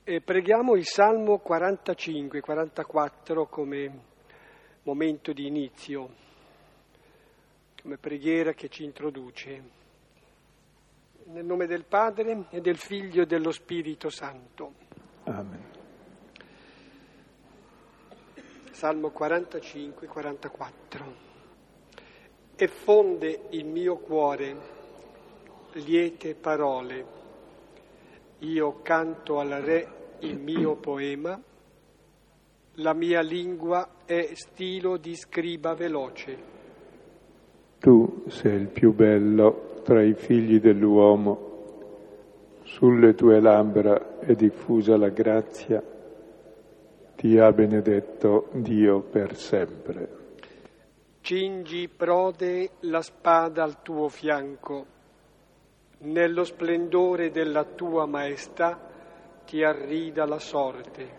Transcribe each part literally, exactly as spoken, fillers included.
E preghiamo il Salmo quarantacinque quarantaquattro come momento di inizio, come preghiera che ci introduce. Nel nome del Padre e del Figlio e dello Spirito Santo. Amen. Salmo quarantacinque quarantaquattro. Effonde il mio cuore liete parole. Io canto al Re il mio poema, la mia lingua è stilo di scriba veloce. Tu sei il più bello tra i figli dell'uomo, sulle tue labbra è diffusa la grazia, ti ha benedetto Dio per sempre. Cingi prode la spada al tuo fianco, nello splendore della tua maestà ti arrida la sorte.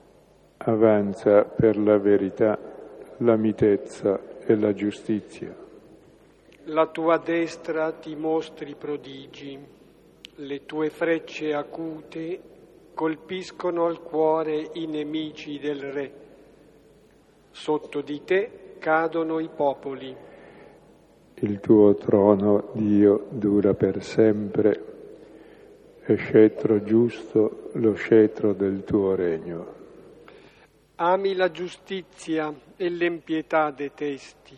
Avanza per la verità, la mitezza e la giustizia. La tua destra ti mostri prodigi, le tue frecce acute colpiscono al cuore i nemici del Re. Sotto di te cadono i popoli. Il tuo trono, Dio, dura per sempre, è scettro giusto lo scettro del tuo regno. Ami la giustizia e l'empietà detesti.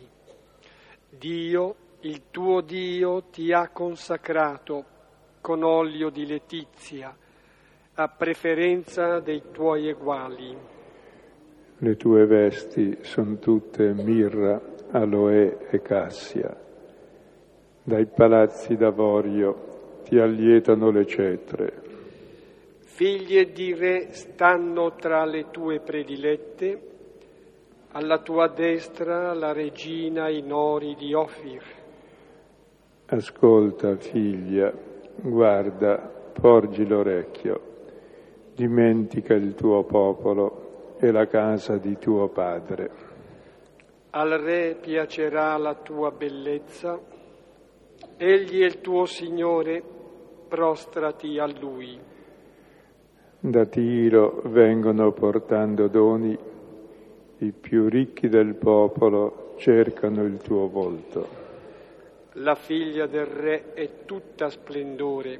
Dio, il tuo Dio, ti ha consacrato con olio di letizia, a preferenza dei tuoi eguali. Le tue vesti son tutte mirra, aloe e cassia. Dai palazzi d'avorio ti allietano le cetre. Figlie di re stanno tra le tue predilette, alla tua destra la regina in ori di Ofir. Ascolta, figlia, guarda, porgi l'orecchio, dimentica il tuo popolo e la casa di tuo padre. Al re piacerà la tua bellezza, egli è il tuo Signore, prostrati a lui. Da Tiro vengono portando doni, i più ricchi del popolo cercano il tuo volto. La figlia del re è tutta splendore,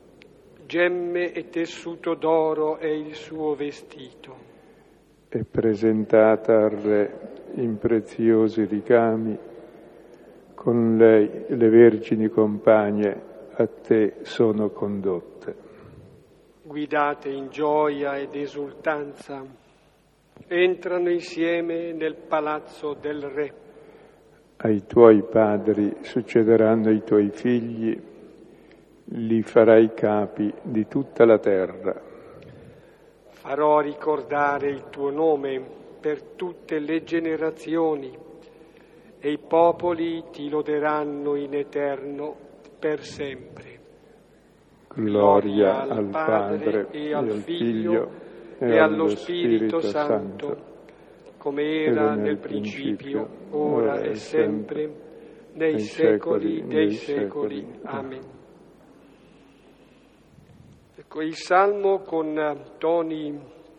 gemme e tessuto d'oro è il suo vestito. È presentata al re in preziosi ricami, con lei le vergini compagne a te sono condotte. Guidate in gioia ed esultanza, entrano insieme nel palazzo del Re. Ai tuoi padri succederanno i tuoi figli, li farai capi di tutta la terra. Farò ricordare il tuo nome per tutte le generazioni e i popoli ti loderanno in eterno per sempre. Gloria al Padre e al Figlio e allo Spirito Santo, come era nel principio, ora e sempre, nei secoli dei secoli. Amen. Ecco, il Salmo con toni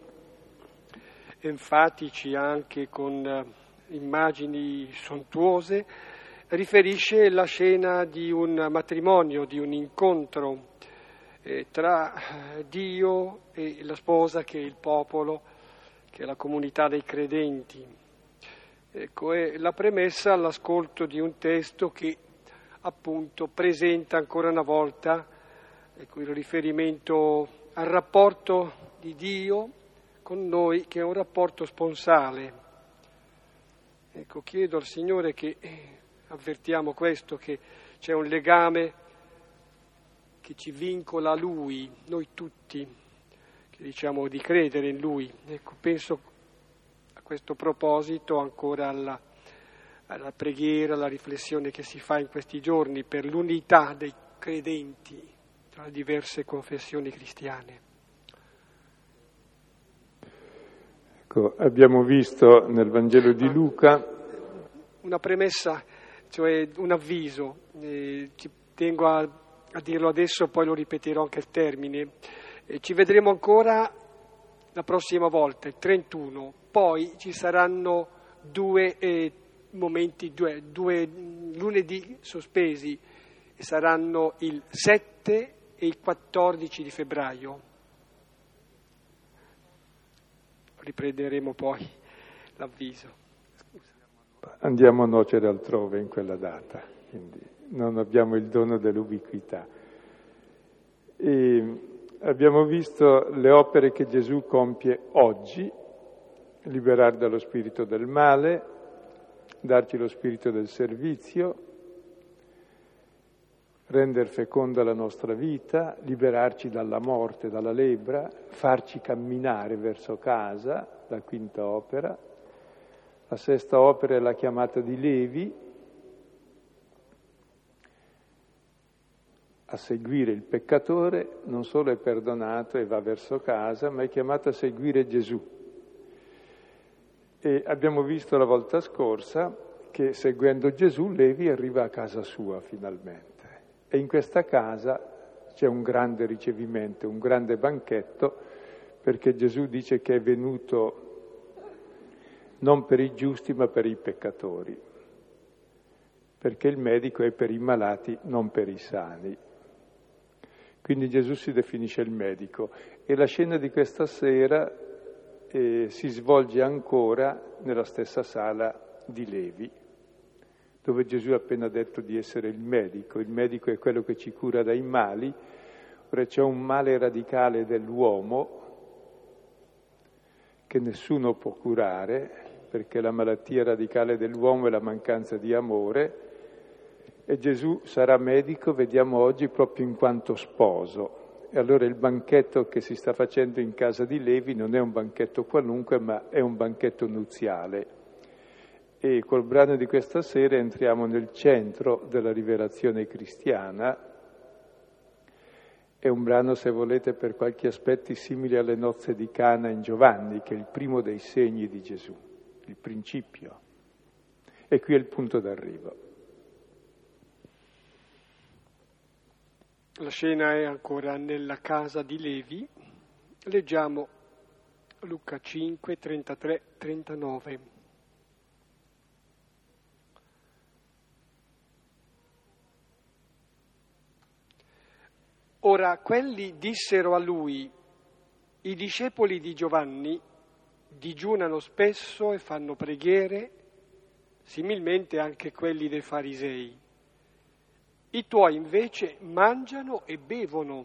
enfatici, anche con immagini sontuose, riferisce la scena di un matrimonio, di un incontro eh, tra Dio e la sposa, che è il popolo, che è la comunità dei credenti. Ecco, è la premessa all'ascolto di un testo che appunto presenta ancora una volta ecco, il riferimento al rapporto di Dio con noi, che è un rapporto sponsale. Ecco, chiedo al Signore che avvertiamo questo, che c'è un legame che ci vincola a Lui, noi tutti, che diciamo di credere in Lui. Ecco, penso a questo proposito ancora alla, alla preghiera, alla riflessione che si fa in questi giorni per l'unità dei credenti tra le diverse confessioni cristiane. Ecco, abbiamo visto nel Vangelo di Luca una premessa, cioè un avviso, eh, ci tengo a, a dirlo adesso, poi lo ripeterò anche il termine. Eh, ci vedremo ancora la prossima volta, il trentuno, poi ci saranno due eh, momenti, due, due lunedì sospesi, e saranno il sette e il quattordici di febbraio. Riprenderemo poi l'avviso. Scusa. Andiamo a nuocere altrove in quella data, quindi non abbiamo il dono dell'ubiquità. E abbiamo visto le opere che Gesù compie oggi: liberare dallo spirito del male, darci lo spirito del servizio, rendere feconda la nostra vita, liberarci dalla morte, dalla lebbra, farci camminare verso casa, la quinta opera. La sesta opera è la chiamata di Levi, a seguire il peccatore. Non solo è perdonato e va verso casa, ma è chiamato a seguire Gesù. E abbiamo visto la volta scorsa che seguendo Gesù Levi arriva a casa sua finalmente. E in questa casa c'è un grande ricevimento, un grande banchetto, perché Gesù dice che è venuto non per i giusti ma per i peccatori, perché il medico è per i malati, non per i sani. Quindi Gesù si definisce il medico. E la scena di questa sera eh, si svolge ancora nella stessa sala di Levi, dove Gesù ha appena detto di essere il medico. Il medico è quello che ci cura dai mali. Ora c'è un male radicale dell'uomo che nessuno può curare, perché la malattia radicale dell'uomo è la mancanza di amore, e Gesù sarà medico, vediamo oggi, proprio in quanto sposo. E allora il banchetto che si sta facendo in casa di Levi non è un banchetto qualunque, ma è un banchetto nuziale. E col brano di questa sera entriamo nel centro della rivelazione cristiana. È un brano, se volete, per qualche aspetto simile alle nozze di Cana in Giovanni, che è il primo dei segni di Gesù, il principio. E qui è il punto d'arrivo. La scena è ancora nella casa di Levi. Leggiamo Luca cinque, trentatré, trentanove. Ora quelli dissero a lui: i discepoli di Giovanni digiunano spesso e fanno preghiere, similmente anche quelli dei farisei. I tuoi invece mangiano e bevono.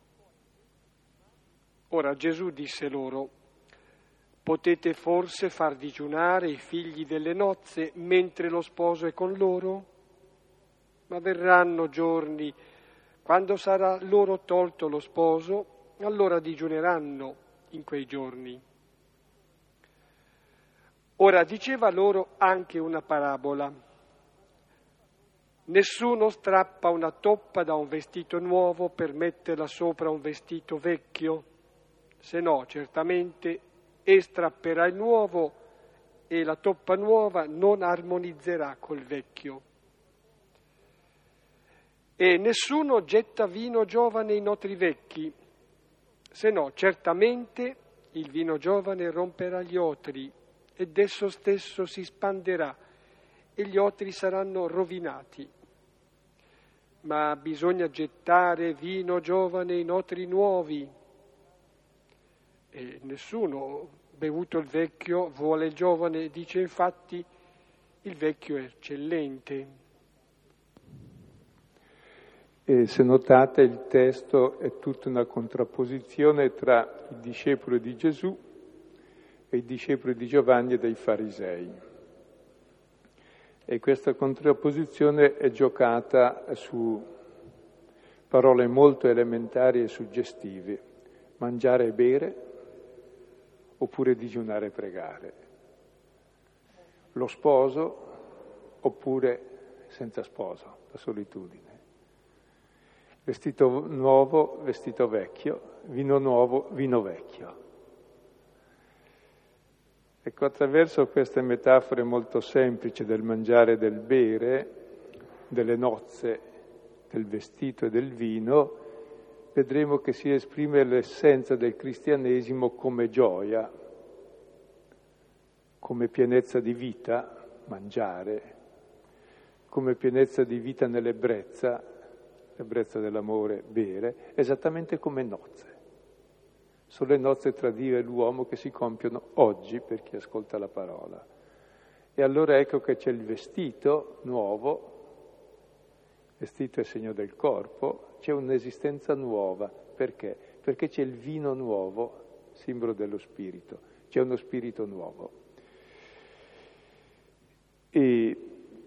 Ora Gesù disse loro: potete forse far digiunare i figli delle nozze mentre lo sposo è con loro? Ma verranno giorni quando sarà loro tolto lo sposo, allora digiuneranno in quei giorni. Ora diceva loro anche una parabola. Nessuno strappa una toppa da un vestito nuovo per metterla sopra un vestito vecchio, se no certamente e strapperà il nuovo e la toppa nuova non armonizzerà col vecchio. E nessuno getta vino giovane in otri vecchi, se no certamente il vino giovane romperà gli otri ed esso stesso si spanderà e gli otri saranno rovinati. Ma bisogna gettare vino giovane in otri nuovi. E nessuno, bevuto il vecchio, vuole il giovane, dice infatti il vecchio è eccellente. E se notate il testo è tutta una contrapposizione tra i discepoli di Gesù e i discepoli di Giovanni e dei farisei. E questa contrapposizione è giocata su parole molto elementari e suggestive: mangiare e bere oppure digiunare e pregare, lo sposo oppure senza sposo, la solitudine. Vestito nuovo, vestito vecchio, vino nuovo, vino vecchio. Ecco, attraverso queste metafore molto semplici del mangiare e del bere, delle nozze, del vestito e del vino, vedremo che si esprime l'essenza del cristianesimo come gioia, come pienezza di vita, mangiare, come pienezza di vita nell'ebbrezza, l'ebbrezza dell'amore, bere, esattamente come nozze. Sono le nozze tra Dio e l'uomo che si compiono oggi per chi ascolta la parola. E allora ecco che c'è il vestito nuovo, vestito è segno del corpo, c'è un'esistenza nuova. Perché? Perché c'è il vino nuovo, simbolo dello spirito, c'è uno spirito nuovo. E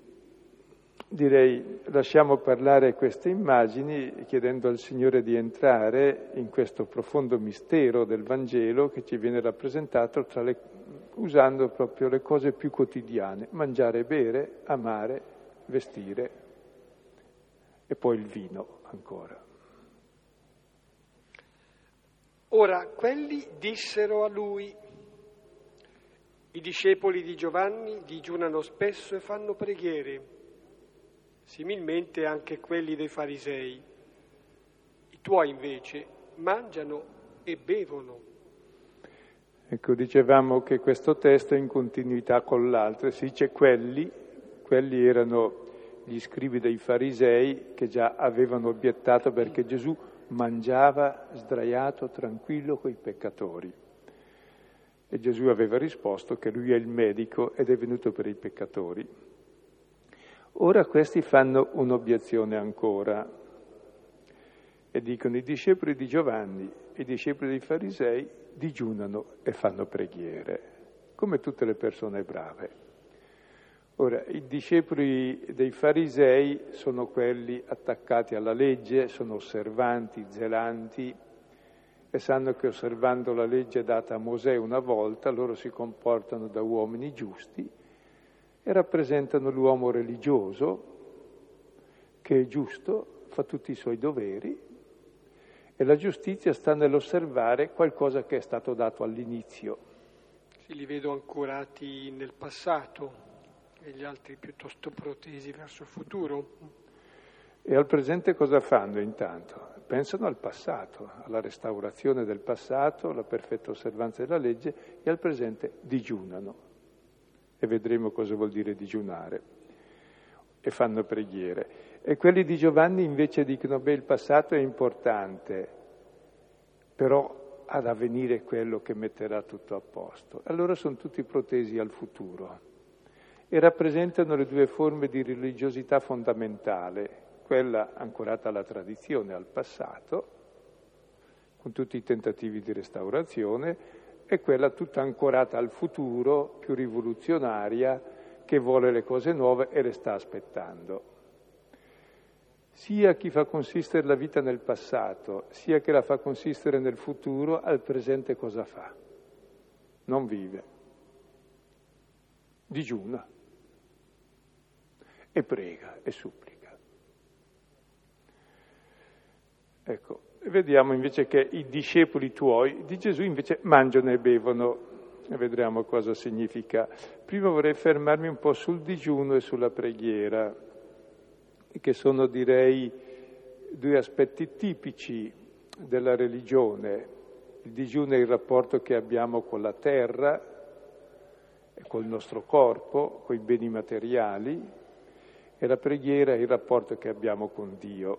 direi, lasciamo parlare queste immagini chiedendo al Signore di entrare in questo profondo mistero del Vangelo che ci viene rappresentato tra le, usando proprio le cose più quotidiane, mangiare e bere, amare, vestire e poi il vino ancora. Ora, quelli dissero a lui: i discepoli di Giovanni digiunano spesso e fanno preghiere, similmente anche quelli dei farisei. I tuoi invece mangiano e bevono. Ecco, dicevamo che questo testo è in continuità con l'altro. Si dice quelli, quelli erano gli scribi dei farisei che già avevano obiettato perché Gesù mangiava sdraiato, tranquillo coi peccatori. E Gesù aveva risposto che lui è il medico ed è venuto per i peccatori. Ora questi fanno un'obiezione ancora e dicono: i discepoli di Giovanni e i discepoli dei farisei digiunano e fanno preghiere, come tutte le persone brave. Ora, i discepoli dei farisei sono quelli attaccati alla legge, sono osservanti, zelanti, e sanno che osservando la legge data a Mosè una volta, loro si comportano da uomini giusti e rappresentano l'uomo religioso che è giusto, fa tutti i suoi doveri, e la giustizia sta nell'osservare qualcosa che è stato dato all'inizio. Sì, li vedo ancorati nel passato e gli altri piuttosto protesi verso il futuro. E al presente cosa fanno intanto? Pensano al passato, alla restaurazione del passato, alla perfetta osservanza della legge, e al presente digiunano. E vedremo cosa vuol dire digiunare. E fanno preghiere. E quelli di Giovanni invece dicono: beh, il passato è importante, però ha da venire quello che metterà tutto a posto. Allora sono tutti protesi al futuro e rappresentano le due forme di religiosità fondamentale, quella ancorata alla tradizione, al passato, con tutti i tentativi di restaurazione, e quella tutta ancorata al futuro, più rivoluzionaria, che vuole le cose nuove e le sta aspettando. Sia chi fa consistere la vita nel passato, sia che la fa consistere nel futuro, al presente cosa fa? Non vive, digiuna e prega e supplica. Ecco, vediamo invece che i discepoli tuoi di Gesù invece mangiano e bevono, e vedremo cosa significa. Prima vorrei fermarmi un po' sul digiuno e sulla preghiera, che sono, direi, due aspetti tipici della religione. Il digiuno è il rapporto che abbiamo con la terra, e col nostro corpo, con i beni materiali, e la preghiera è il rapporto che abbiamo con Dio.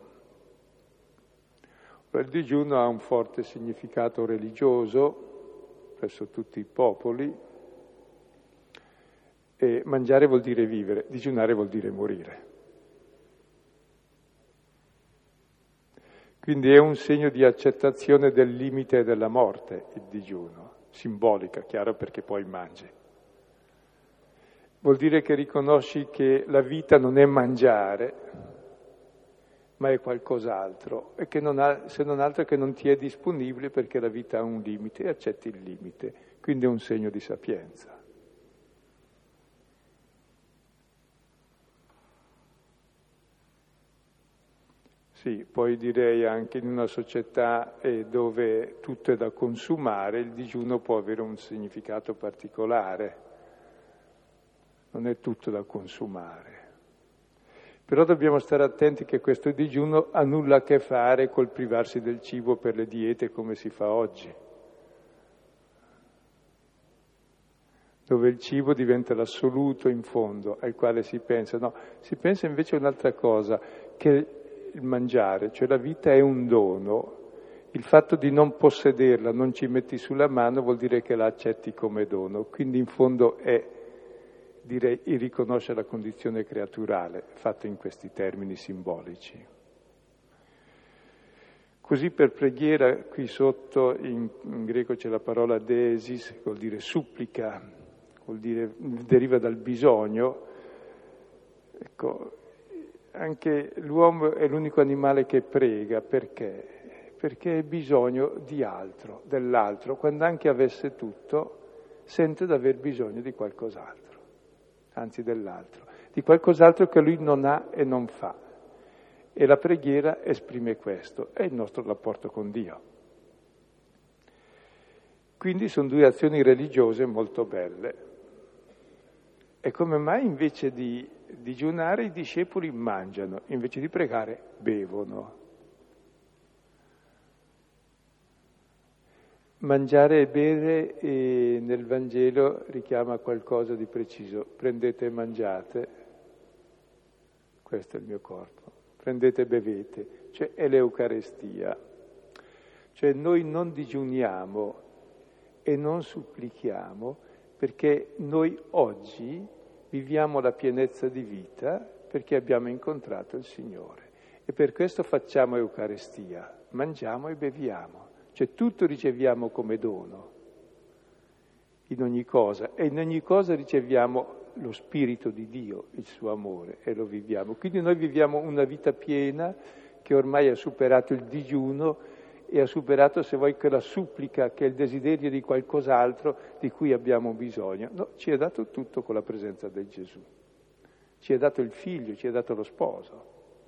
Il digiuno ha un forte significato religioso presso tutti i popoli, e mangiare vuol dire vivere, digiunare vuol dire morire. Quindi è un segno di accettazione del limite della morte, il digiuno, simbolica, chiaro, perché poi mangi. Vuol dire che riconosci che la vita non è mangiare, ma è qualcos'altro, e che non ha, se non altro che non ti è disponibile perché la vita ha un limite e accetti il limite, quindi è un segno di sapienza. Sì, poi direi anche in una società eh, dove tutto è da consumare, il digiuno può avere un significato particolare, non è tutto da consumare. Però dobbiamo stare attenti che questo digiuno ha nulla a che fare col privarsi del cibo per le diete come si fa oggi, dove il cibo diventa l'assoluto in fondo al quale si pensa. No, si pensa invece a un'altra cosa, che il mangiare, cioè la vita è un dono. Il fatto di non possederla, non ci metti sulla mano, vuol dire che la accetti come dono. Quindi in fondo è, direi, il riconoscere la condizione creaturale, fatto in questi termini simbolici. Così per preghiera, qui sotto in, in greco c'è la parola deesis, che vuol dire supplica, vuol dire, deriva dal bisogno. Ecco, anche l'uomo è l'unico animale che prega, perché? Perché ha bisogno di altro, dell'altro. Quando anche avesse tutto, sente di aver bisogno di qualcos'altro, anzi dell'altro, di qualcos'altro che lui non ha e non fa. E la preghiera esprime questo, è il nostro rapporto con Dio. Quindi sono due azioni religiose molto belle. E come mai invece di digiunare i discepoli mangiano, invece di pregare bevono? Mangiare e bere e nel Vangelo richiama qualcosa di preciso. Prendete e mangiate, questo è il mio corpo. Prendete e bevete, cioè è l'Eucarestia. Cioè noi non digiuniamo e non supplichiamo perché noi oggi viviamo la pienezza di vita perché abbiamo incontrato il Signore. E per questo facciamo Eucarestia, mangiamo e beviamo. Cioè tutto riceviamo come dono, in ogni cosa, e in ogni cosa riceviamo lo Spirito di Dio, il suo amore, e lo viviamo. Quindi noi viviamo una vita piena che ormai ha superato il digiuno e ha superato, se vuoi, quella supplica che è il desiderio di qualcos'altro di cui abbiamo bisogno. No, ci è dato tutto con la presenza di Gesù. Ci è dato il Figlio, ci è dato lo Sposo.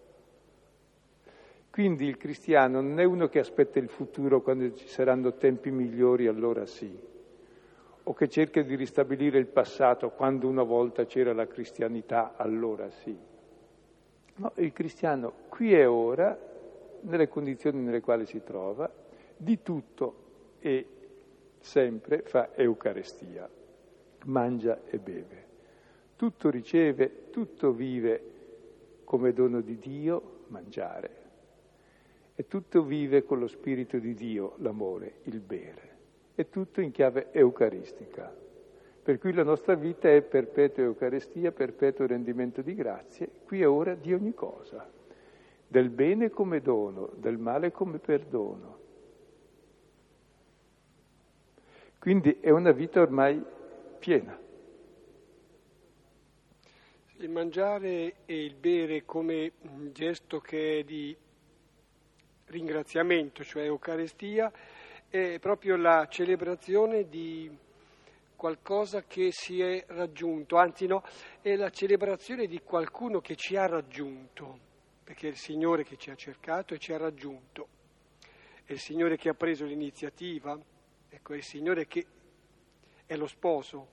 Quindi il cristiano non è uno che aspetta il futuro quando ci saranno tempi migliori, allora sì, o che cerca di ristabilire il passato quando una volta c'era la cristianità, allora sì. No, il cristiano qui e ora, nelle condizioni nelle quali si trova, di tutto e sempre fa Eucarestia, mangia e beve. Tutto riceve, tutto vive come dono di Dio, mangiare. E tutto vive con lo Spirito di Dio, l'amore, il bere. E tutto in chiave eucaristica. Per cui la nostra vita è perpetua Eucaristia, perpetuo rendimento di grazie, qui e ora di ogni cosa. Del bene come dono, del male come perdono. Quindi è una vita ormai piena. Il mangiare e il bere come un gesto che è di ringraziamento, cioè Eucaristia, è proprio la celebrazione di qualcosa che si è raggiunto, anzi no, è la celebrazione di qualcuno che ci ha raggiunto, perché è il Signore che ci ha cercato e ci ha raggiunto, è il Signore che ha preso l'iniziativa, ecco, è il Signore che è lo sposo.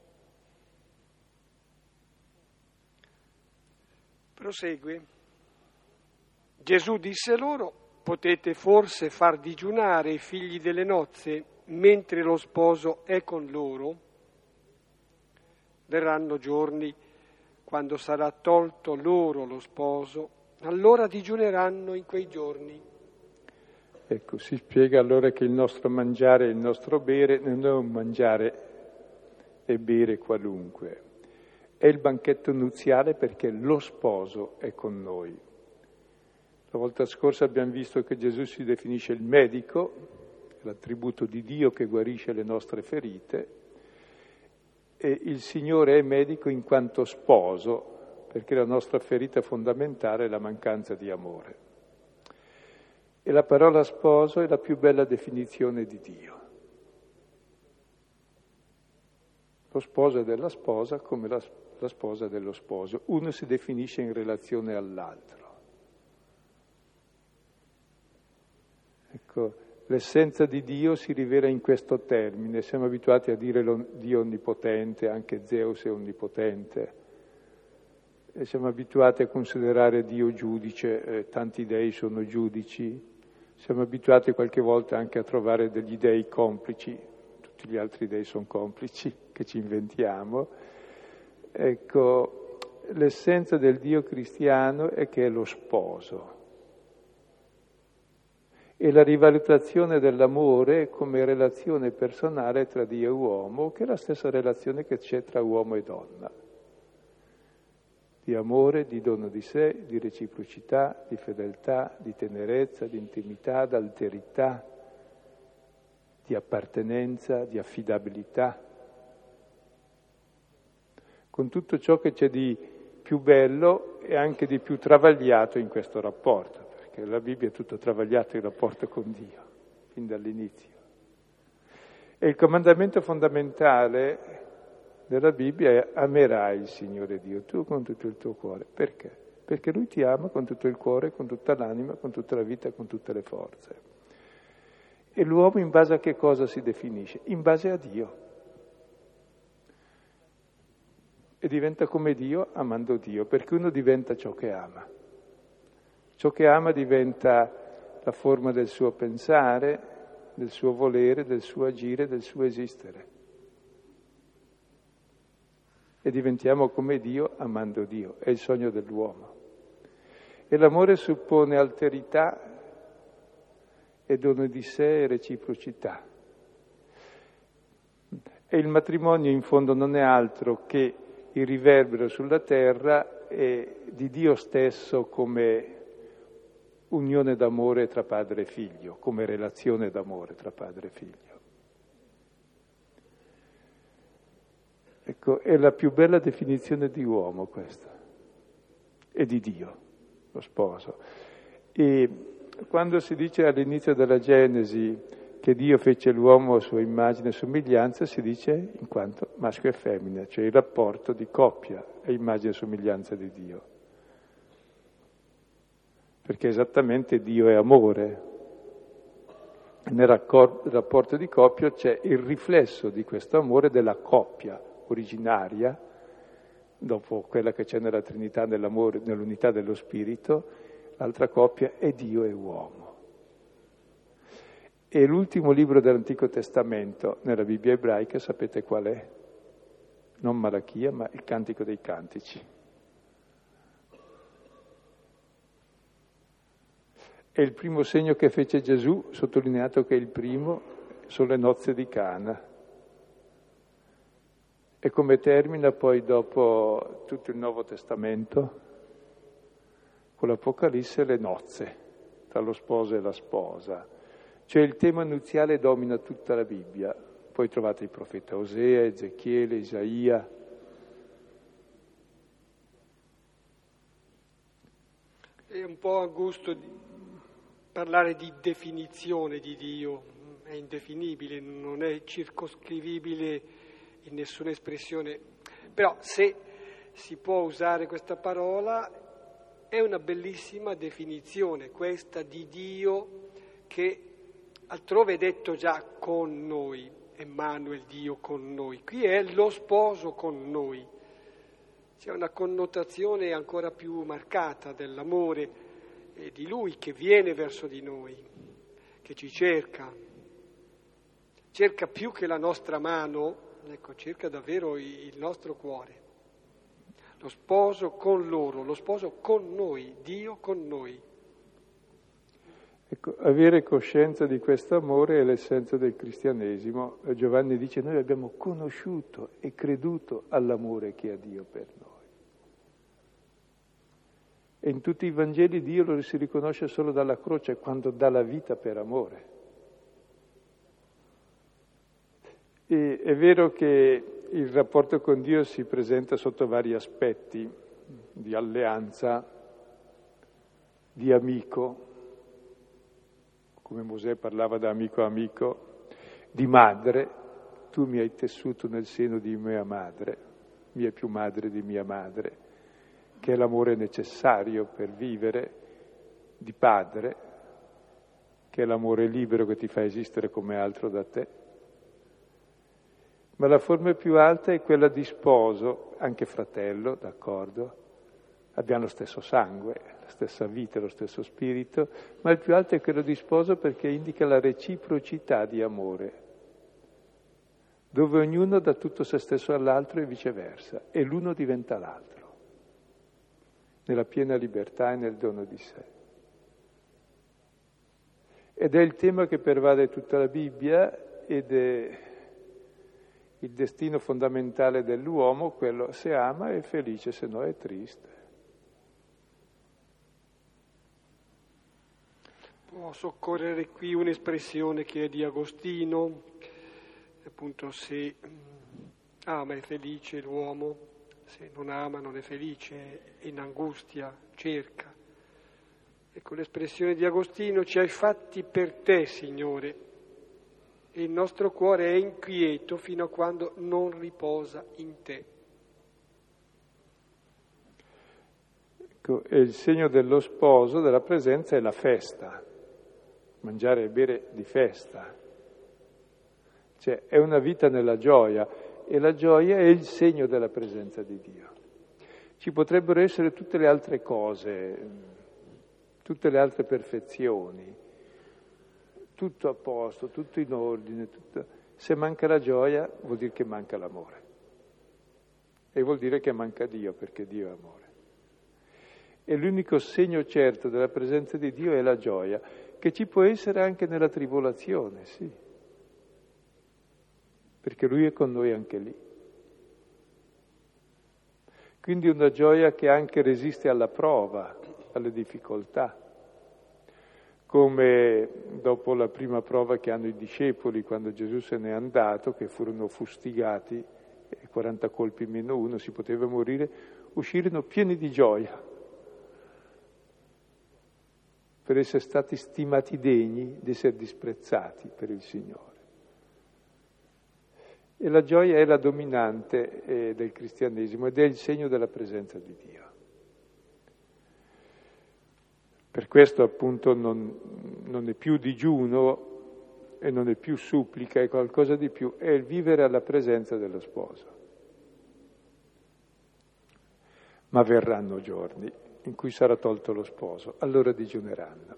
Prosegue. Gesù disse loro: potete forse far digiunare i figli delle nozze mentre lo sposo è con loro? Verranno giorni quando sarà tolto loro lo sposo, allora digiuneranno in quei giorni. Ecco, si spiega allora che il nostro mangiare e il nostro bere non è un mangiare e bere qualunque, è il banchetto nuziale perché lo sposo è con noi. La volta scorsa abbiamo visto che Gesù si definisce il medico, l'attributo di Dio che guarisce le nostre ferite, e il Signore è medico in quanto sposo, perché la nostra ferita fondamentale è la mancanza di amore. E la parola sposo è la più bella definizione di Dio. Lo sposo è della sposa come la, la sposa è dello sposo. Uno si definisce in relazione all'altro. Ecco, l'essenza di Dio si rivela in questo termine. Siamo abituati a dire Dio onnipotente, anche Zeus è onnipotente. E siamo abituati a considerare Dio giudice, eh, tanti dei sono giudici, siamo abituati qualche volta anche a trovare degli dei complici, tutti gli altri dei sono complici che ci inventiamo. Ecco, l'essenza del Dio cristiano è che è lo sposo. E la rivalutazione dell'amore come relazione personale tra Dio e uomo, che è la stessa relazione che c'è tra uomo e donna. Di amore, di dono di sé, di reciprocità, di fedeltà, di tenerezza, di intimità, di alterità, di appartenenza, di affidabilità. Con tutto ciò che c'è di più bello e anche di più travagliato in questo rapporto, perché la Bibbia è tutto travagliato il rapporto con Dio, fin dall'inizio. E il comandamento fondamentale della Bibbia è: amerai il Signore Dio tu con tutto il tuo cuore. Perché? Perché Lui ti ama con tutto il cuore, con tutta l'anima, con tutta la vita, con tutte le forze. E l'uomo in base a che cosa si definisce? In base a Dio. E diventa come Dio amando Dio, perché uno diventa ciò che ama. Ciò che ama diventa la forma del suo pensare, del suo volere, del suo agire, del suo esistere. E diventiamo come Dio amando Dio, è il sogno dell'uomo. E l'amore suppone alterità e dono di sé e reciprocità. E il matrimonio in fondo non è altro che il riverbero sulla terra e di Dio stesso come unione d'amore tra padre e figlio, come relazione d'amore tra padre e figlio. Ecco, è la più bella definizione di uomo questa, e di Dio, lo sposo. E quando si dice all'inizio della Genesi che Dio fece l'uomo a sua immagine e somiglianza, si dice in quanto maschio e femmina, cioè il rapporto di coppia e immagine e somiglianza di Dio. Perché esattamente Dio è amore. Nel rapporto di coppia c'è il riflesso di questo amore della coppia originaria, dopo quella che c'è nella Trinità, nell'amore, nell'unità dello Spirito. L'altra coppia è Dio e uomo. E l'ultimo libro dell'Antico Testamento nella Bibbia ebraica, sapete qual è? Non Malachia, ma il Cantico dei Cantici. È il primo segno che fece Gesù, sottolineato che è il primo, sono le nozze di Cana. E come termina poi dopo tutto il Nuovo Testamento? Con l'Apocalisse le nozze, tra lo sposo e la sposa. Cioè il tema nuziale domina tutta la Bibbia. Poi trovate il profeta Osea, Ezechiele, Isaia. È un po' a gusto di parlare di definizione di Dio, è indefinibile, non è circoscrivibile in nessuna espressione. Però se si può usare questa parola, è una bellissima definizione questa di Dio, che altrove è detto già con noi, Emmanuel, Dio con noi. Qui è lo sposo con noi. C'è una connotazione ancora più marcata dell'amore e di Lui che viene verso di noi, che ci cerca. Cerca più che la nostra mano, ecco, cerca davvero il nostro cuore. Lo sposo con loro, lo sposo con noi, Dio con noi. Ecco, avere coscienza di questo amore è l'essenza del cristianesimo. Giovanni dice: noi abbiamo conosciuto e creduto all'amore che ha Dio per noi. E in tutti i Vangeli Dio lo si riconosce solo dalla croce, quando dà la vita per amore. E è vero che il rapporto con Dio si presenta sotto vari aspetti, di alleanza, di amico, come Mosè parlava da amico a amico, di madre, tu mi hai tessuto nel seno di mia madre, mia più madre di mia madre, che è l'amore necessario per vivere, di padre, che è l'amore libero che ti fa esistere come altro da te. Ma la forma più alta è quella di sposo, anche fratello, d'accordo, abbiamo lo stesso sangue, la stessa vita, lo stesso spirito, ma il più alto è quello di sposo perché indica la reciprocità di amore, dove ognuno dà tutto se stesso all'altro e viceversa, e l'uno diventa l'altro, nella piena libertà e nel dono di sé. Ed è il tema che pervade tutta la Bibbia ed è il destino fondamentale dell'uomo, quello se ama è felice, se no è triste. Può soccorrere qui un'espressione che è di Agostino, appunto se ama è felice l'uomo, se non ama non è felice, è in angustia, cerca. Ecco l'espressione di Agostino: ci hai fatti per te, Signore, e il nostro cuore è inquieto fino a quando non riposa in te. Ecco, e il segno dello sposo, della presenza, è la festa. Mangiare e bere di festa, cioè è una vita nella gioia, e la gioia è il segno della presenza di Dio. Ci potrebbero essere tutte le altre cose, tutte le altre perfezioni, tutto a posto, tutto in ordine, tutto... se manca la gioia vuol dire che manca l'amore, e vuol dire che manca Dio, perché Dio è amore. E l'unico segno certo della presenza di Dio è la gioia, che ci può essere anche nella tribolazione, sì, perché Lui è con noi anche lì. Quindi una gioia che anche resiste alla prova, alle difficoltà, come dopo la prima prova che hanno i discepoli quando Gesù se n'è andato, che furono fustigati, quaranta colpi meno uno, si poteva morire, uscirono pieni di gioia per essere stati stimati degni di essere disprezzati per il Signore. E la gioia è la dominante eh, del cristianesimo ed è il segno della presenza di Dio. Per questo appunto non, non è più digiuno e non è più supplica, è qualcosa di più, è il vivere alla presenza dello sposo. Ma verranno giorni in cui sarà tolto lo sposo, allora digiuneranno.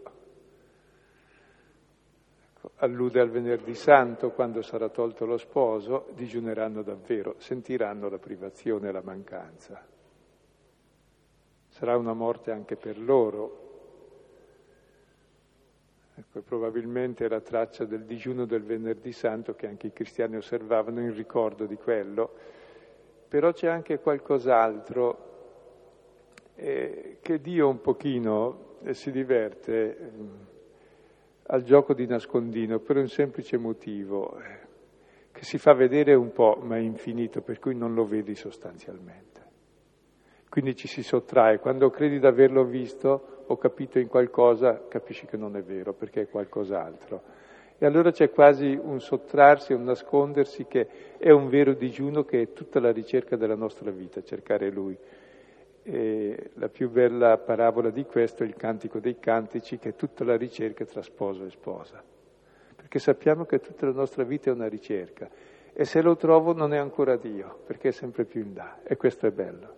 Ecco, allude al venerdì santo, quando sarà tolto lo sposo, digiuneranno davvero, sentiranno la privazione e la mancanza. Sarà una morte anche per loro. Ecco, probabilmente è la traccia del digiuno del venerdì santo che anche i cristiani osservavano in ricordo di quello, però c'è anche qualcos'altro Eh, che Dio un pochino eh, si diverte eh, al gioco di nascondino per un semplice motivo, eh, che si fa vedere un po', ma è infinito, per cui non lo vedi sostanzialmente. Quindi ci si sottrae. Quando credi di averlo visto o capito in qualcosa, capisci che non è vero, perché è qualcos'altro. E allora c'è quasi un sottrarsi, un nascondersi, che è un vero digiuno, che è tutta la ricerca della nostra vita, cercare Lui. E la più bella parabola di questo è il Cantico dei Cantici, che è tutta la ricerca tra sposo e sposa, perché sappiamo che tutta la nostra vita è una ricerca, e se lo trovo non è ancora Dio, perché è sempre più in là, e questo è bello.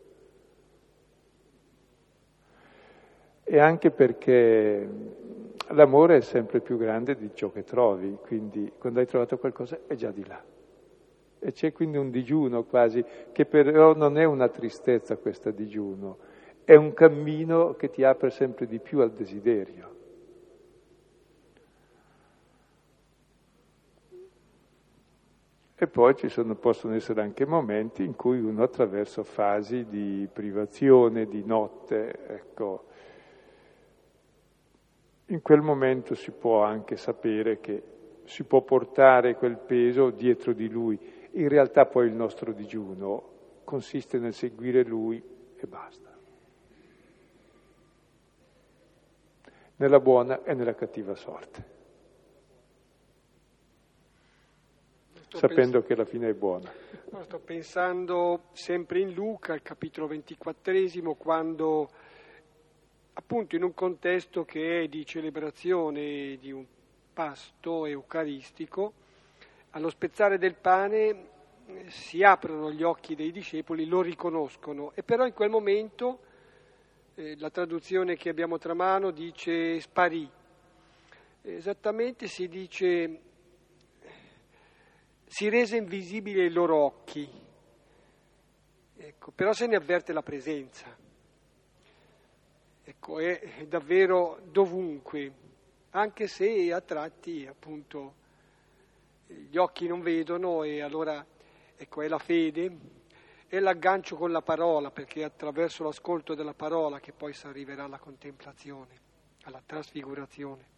E anche perché l'amore è sempre più grande di ciò che trovi, quindi quando hai trovato qualcosa è già di là. E c'è quindi un digiuno quasi, che però non è una tristezza questa digiuno, è un cammino che ti apre sempre di più al desiderio. E poi ci sono, possono essere anche momenti in cui uno attraversa fasi di privazione, di notte, ecco. In quel momento si può anche sapere che si può portare quel peso dietro di lui. In realtà poi il nostro digiuno consiste nel seguire Lui e basta. Nella buona e nella cattiva sorte. Sto sapendo pens- che la fine è buona. No, sto pensando sempre in Luca, al capitolo ventiquattresimo, quando appunto in un contesto che è di celebrazione di un pasto eucaristico, allo spezzare del pane si aprono gli occhi dei discepoli, lo riconoscono, e però in quel momento Eh, la traduzione che abbiamo tra mano dice sparì. Esattamente si dice si rese invisibile ai loro occhi, ecco, però se ne avverte la presenza. Ecco, è, è davvero dovunque, anche se a tratti appunto gli occhi non vedono e allora ecco è la fede, è l'aggancio con la parola, perché è attraverso l'ascolto della parola che poi si arriverà alla contemplazione, alla trasfigurazione.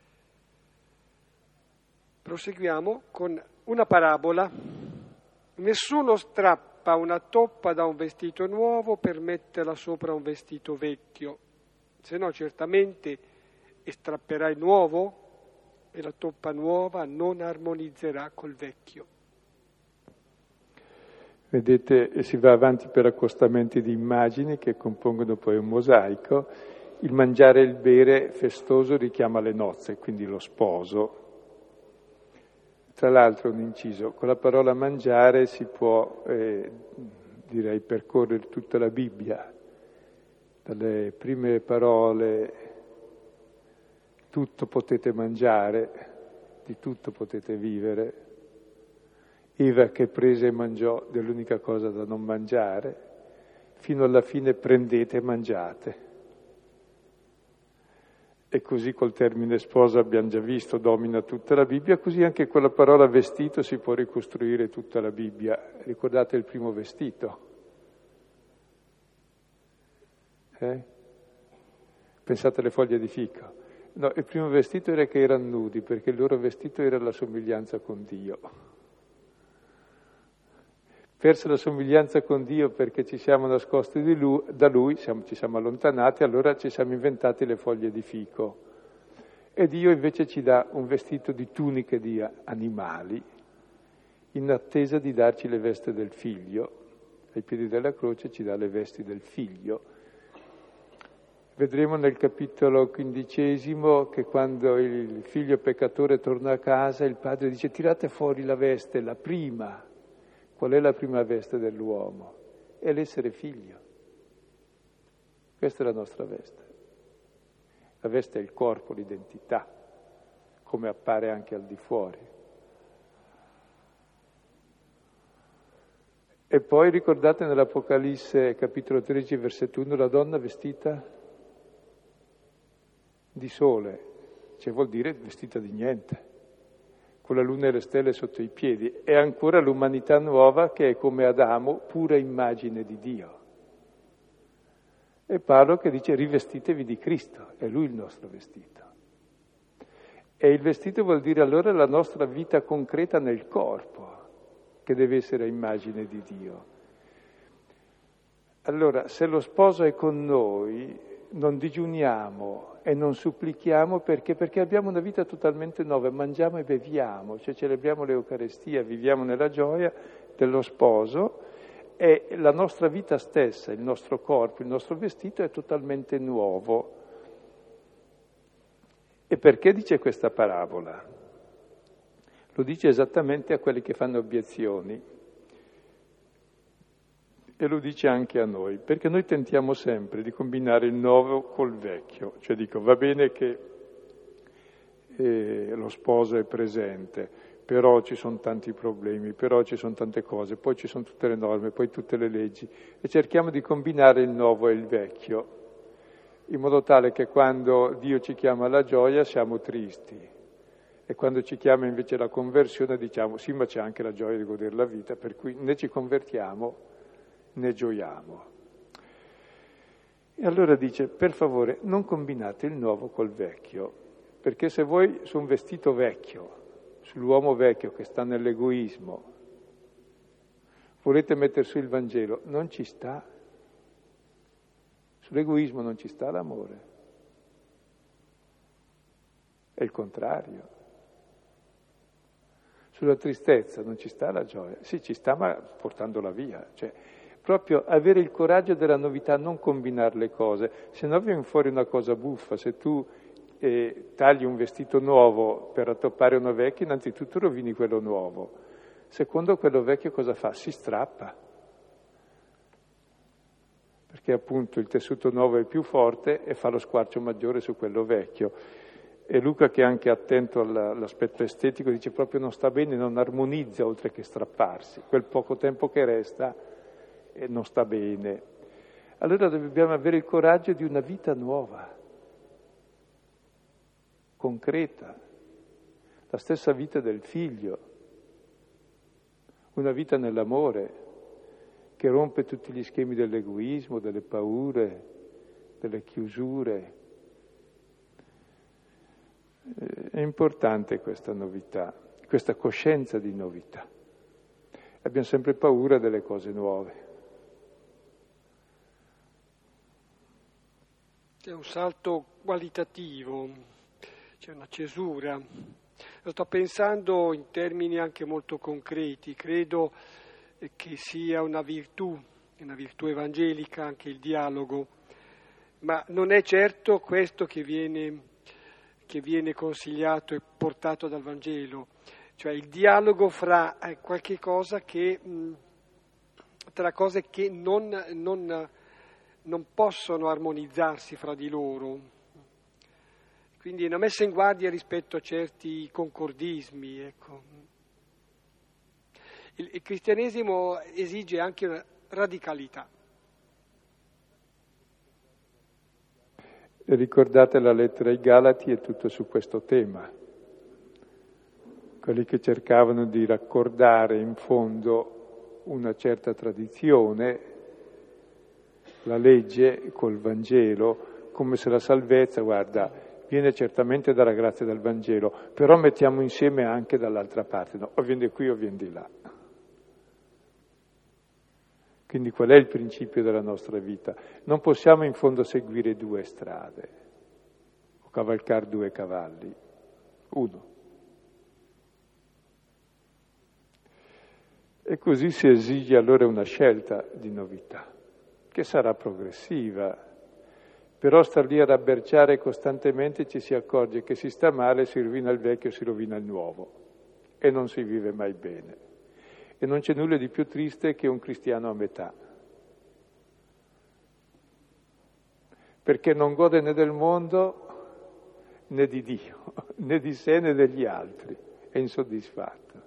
Proseguiamo con una parabola. Nessuno strappa una toppa da un vestito nuovo per metterla sopra un vestito vecchio, se no certamente strapperà il nuovo e la toppa nuova non armonizzerà col vecchio. Vedete, si va avanti per accostamenti di immagini che compongono poi un mosaico. Il mangiare e il bere festoso richiama le nozze, quindi lo sposo. Tra l'altro un inciso, con la parola mangiare si può, eh, direi, percorrere tutta la Bibbia, dalle prime parole, tutto potete mangiare, di tutto potete vivere, Eva che prese e mangiò dell'unica cosa da non mangiare, fino alla fine prendete e mangiate. E così col termine sposa abbiamo già visto, domina tutta la Bibbia, così anche con la parola vestito si può ricostruire tutta la Bibbia. Ricordate il primo vestito? Eh? Pensate alle foglie di fico. No, il primo vestito era che erano nudi, perché il loro vestito era la somiglianza con Dio. Persa la somiglianza con Dio perché ci siamo nascosti di lui, da Lui, siamo, ci siamo allontanati, allora ci siamo inventati le foglie di fico. E Dio invece ci dà un vestito di tuniche di animali, in attesa di darci le vesti del Figlio. Ai piedi della croce ci dà le vesti del Figlio. Vedremo nel capitolo quindicesimo che quando il figlio peccatore torna a casa, il padre dice: tirate fuori la veste, la prima. Qual è la prima veste dell'uomo? È l'essere figlio. Questa è la nostra veste. La veste è il corpo, l'identità, come appare anche al di fuori. E poi ricordate nell'Apocalisse capitolo tredici versetto uno la donna vestita di sole, cioè vuol dire vestita di niente, con la luna e le stelle sotto i piedi. È ancora l'umanità nuova che è come Adamo, pura immagine di Dio. E Paolo che dice rivestitevi di Cristo, è Lui il nostro vestito. E il vestito vuol dire allora la nostra vita concreta nel corpo, che deve essere immagine di Dio. Allora, se lo sposo è con noi, non digiuniamo e non supplichiamo perché? Perché abbiamo una vita totalmente nuova, mangiamo e beviamo, cioè celebriamo l'Eucarestia, viviamo nella gioia dello sposo e la nostra vita stessa, il nostro corpo, il nostro vestito è totalmente nuovo. E perché dice questa parabola? Lo dice esattamente a quelli che fanno obiezioni. E lo dice anche a noi, perché noi tentiamo sempre di combinare il nuovo col vecchio. Cioè dico, va bene che eh, lo sposo è presente, però ci sono tanti problemi, però ci sono tante cose, poi ci sono tutte le norme, poi tutte le leggi. E cerchiamo di combinare il nuovo e il vecchio, in modo tale che quando Dio ci chiama alla gioia siamo tristi. E quando ci chiama invece alla conversione diciamo, sì, ma c'è anche la gioia di godere la vita, per cui né ci convertiamo, ne gioiamo. E allora dice, per favore, non combinate il nuovo col vecchio, perché se voi su un vestito vecchio, sull'uomo vecchio che sta nell'egoismo, volete mettere su il Vangelo, non ci sta. Sull'egoismo non ci sta l'amore. È il contrario. Sulla tristezza non ci sta la gioia. Sì, ci sta, ma portandola via. Cioè, proprio avere il coraggio della novità, non combinare le cose, se no viene fuori una cosa buffa. Se tu eh, tagli un vestito nuovo per rattoppare uno vecchio, innanzitutto rovini quello nuovo. Secondo, quello vecchio cosa fa? Si strappa. Perché che appunto il tessuto nuovo è più forte e fa lo squarcio maggiore su quello vecchio. E Luca, che è anche attento all'aspetto estetico, dice proprio non sta bene, non armonizza oltre che strapparsi. Quel poco tempo che resta e non sta bene. Allora dobbiamo avere il coraggio di una vita nuova, concreta, la stessa vita del figlio, una vita nell'amore che rompe tutti gli schemi dell'egoismo, delle paure, delle chiusure. È importante questa novità, questa coscienza di novità. Abbiamo sempre paura delle cose nuove. C'è un salto qualitativo, c'è una cesura. Lo sto pensando in termini anche molto concreti. Credo che sia una virtù, una virtù evangelica anche il dialogo, ma non è certo questo che viene, che viene consigliato e portato dal Vangelo, cioè il dialogo fra eh, qualche cosa che, mh, tra cose che non, non, non possono armonizzarsi fra di loro. Quindi è una messa in guardia rispetto a certi concordismi, ecco. Il, il cristianesimo esige anche una radicalità. Ricordate la lettera ai Galati, è tutto su questo tema. Quelli che cercavano di raccordare in fondo una certa tradizione, la legge col Vangelo, come se la salvezza, guarda, viene certamente dalla grazia del Vangelo, però mettiamo insieme anche dall'altra parte, no? O viene di qui o viene di là. Quindi qual è il principio della nostra vita? Non possiamo in fondo seguire due strade o cavalcare due cavalli, uno. E così si esige allora una scelta di novità, che sarà progressiva, però star lì a rabberciare costantemente ci si accorge che si sta male, si rovina il vecchio, si rovina il nuovo e non si vive mai bene. E non c'è nulla di più triste che un cristiano a metà, perché non gode né del mondo né di Dio, né di sé né degli altri, è insoddisfatto.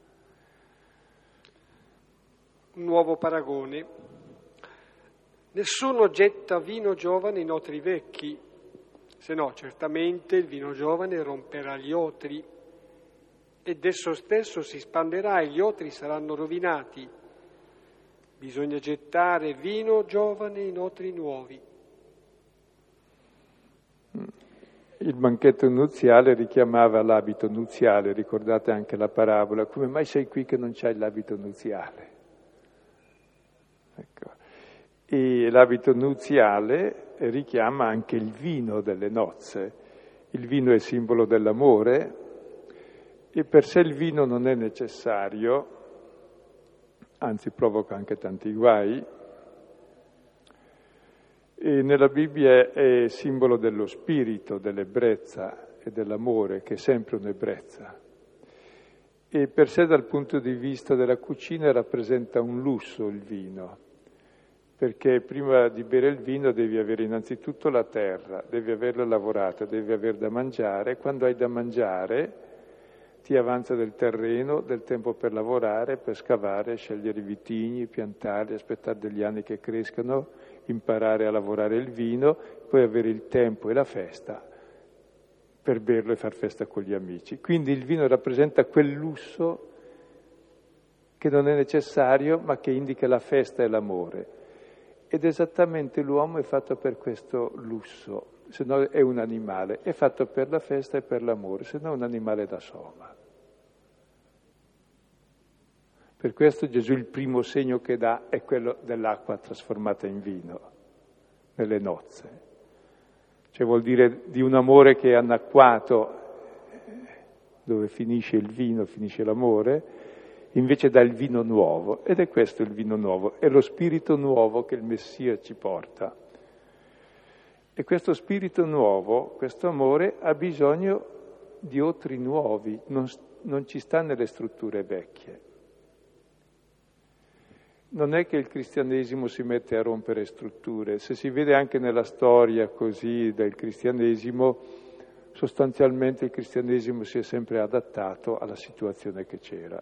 Un nuovo paragone. Nessuno getta vino giovane in otri vecchi, se no certamente il vino giovane romperà gli otri ed esso stesso si spanderà e gli otri saranno rovinati. Bisogna gettare vino giovane in otri nuovi. Il banchetto nuziale richiamava l'abito nuziale, ricordate anche la parabola, come mai sei qui che non c'hai l'abito nuziale? Ecco. E l'abito nuziale richiama anche il vino delle nozze. Il vino è simbolo dell'amore e per sé il vino non è necessario, anzi provoca anche tanti guai. E nella Bibbia è simbolo dello spirito, dell'ebbrezza e dell'amore, che è sempre un'ebbrezza. E per sé dal punto di vista della cucina rappresenta un lusso il vino, perché prima di bere il vino devi avere innanzitutto la terra, devi averla lavorata, devi aver da mangiare. Quando hai da mangiare ti avanza del terreno, del tempo per lavorare, per scavare, scegliere i vitigni, piantarli, aspettare degli anni che crescano, imparare a lavorare il vino, poi avere il tempo e la festa per berlo e far festa con gli amici. Quindi il vino rappresenta quel lusso che non è necessario, ma che indica la festa e l'amore. Ed esattamente l'uomo è fatto per questo lusso, se no è un animale, è fatto per la festa e per l'amore, se no è un animale da soma. Per questo Gesù il primo segno che dà è quello dell'acqua trasformata in vino, nelle nozze. Cioè vuol dire di un amore che è annacquato, dove finisce il vino, finisce l'amore, invece dà il vino nuovo. Ed è questo il vino nuovo, è lo spirito nuovo che il Messia ci porta. E questo spirito nuovo, questo amore, ha bisogno di otri nuovi, non, non ci sta nelle strutture vecchie. non è che il cristianesimo si mette a rompere strutture. Se si vede anche nella storia così del cristianesimo, sostanzialmente il cristianesimo si è sempre adattato alla situazione che c'era.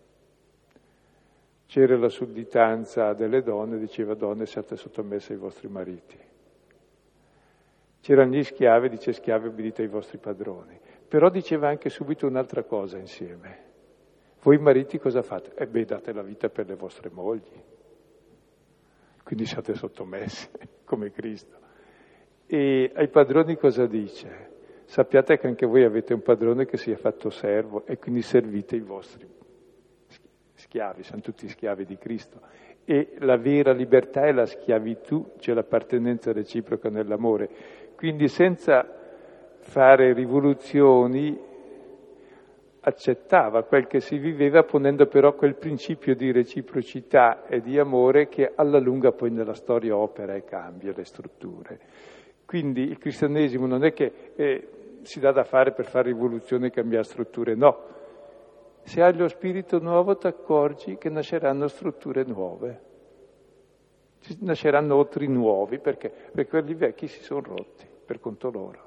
C'era la sudditanza delle donne, diceva: donne, siate sottomesse ai vostri mariti. C'erano gli schiavi, dice: schiavi, obbedite ai vostri padroni. Però diceva anche subito un'altra cosa insieme: voi mariti cosa fate? E beh, date la vita per le vostre mogli, quindi siate sottomessi come Cristo. E ai padroni cosa dice? Sappiate che anche voi avete un padrone che si è fatto servo e quindi servite i vostri schiavi, siamo tutti schiavi di Cristo. E la vera libertà è la schiavitù, c'è l'appartenenza reciproca nell'amore. Quindi senza fare rivoluzioni accettava quel che si viveva, ponendo però quel principio di reciprocità e di amore che alla lunga poi nella storia opera e cambia le strutture. Quindi il cristianesimo non è che eh, si dà da fare per fare rivoluzione e cambiare strutture, no. Se hai lo spirito nuovo ti accorgi che nasceranno strutture nuove, nasceranno otri nuovi, perché? Perché quelli vecchi si sono rotti per conto loro.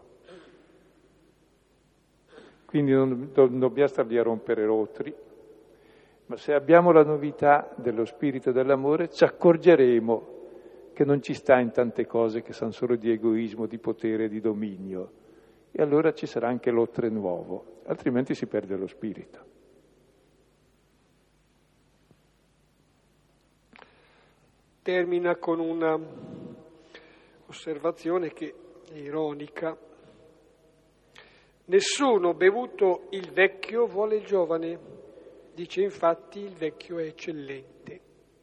Quindi non, non dobbiamo star lì a rompere rotri, ma se abbiamo la novità dello spirito e dell'amore ci accorgeremo che non ci sta in tante cose che sono solo di egoismo, di potere, di dominio, e allora ci sarà anche l'otre nuovo, altrimenti si perde lo spirito. Termina con una osservazione che è ironica. Nessuno bevuto il vecchio vuole il giovane, dice infatti il vecchio è eccellente.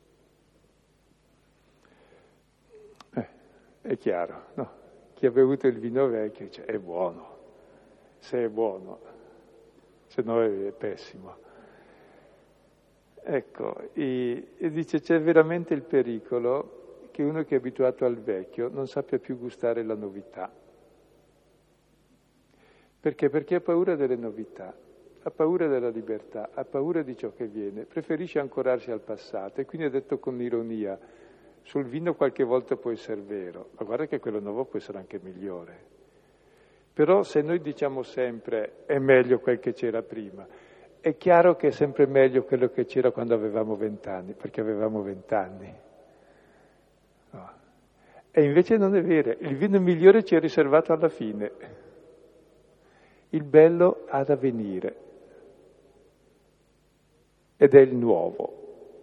Eh, è chiaro, no? Chi ha bevuto il vino vecchio dice è buono, se è buono, se no è pessimo. Ecco, e, e dice c'è veramente il pericolo che uno che è abituato al vecchio non sappia più gustare la novità. Perché? Perché ha paura delle novità, ha paura della libertà, ha paura di ciò che viene, preferisce ancorarsi al passato, e quindi è detto con ironia: sul vino qualche volta può essere vero, ma guarda che quello nuovo può essere anche migliore. Però se noi diciamo sempre è meglio quel che c'era prima, è chiaro che è sempre meglio quello che c'era quando avevamo vent'anni, perché avevamo vent'anni. No. E invece non è vero, il vino migliore ci è riservato alla fine. Il bello ha da venire ed è il nuovo.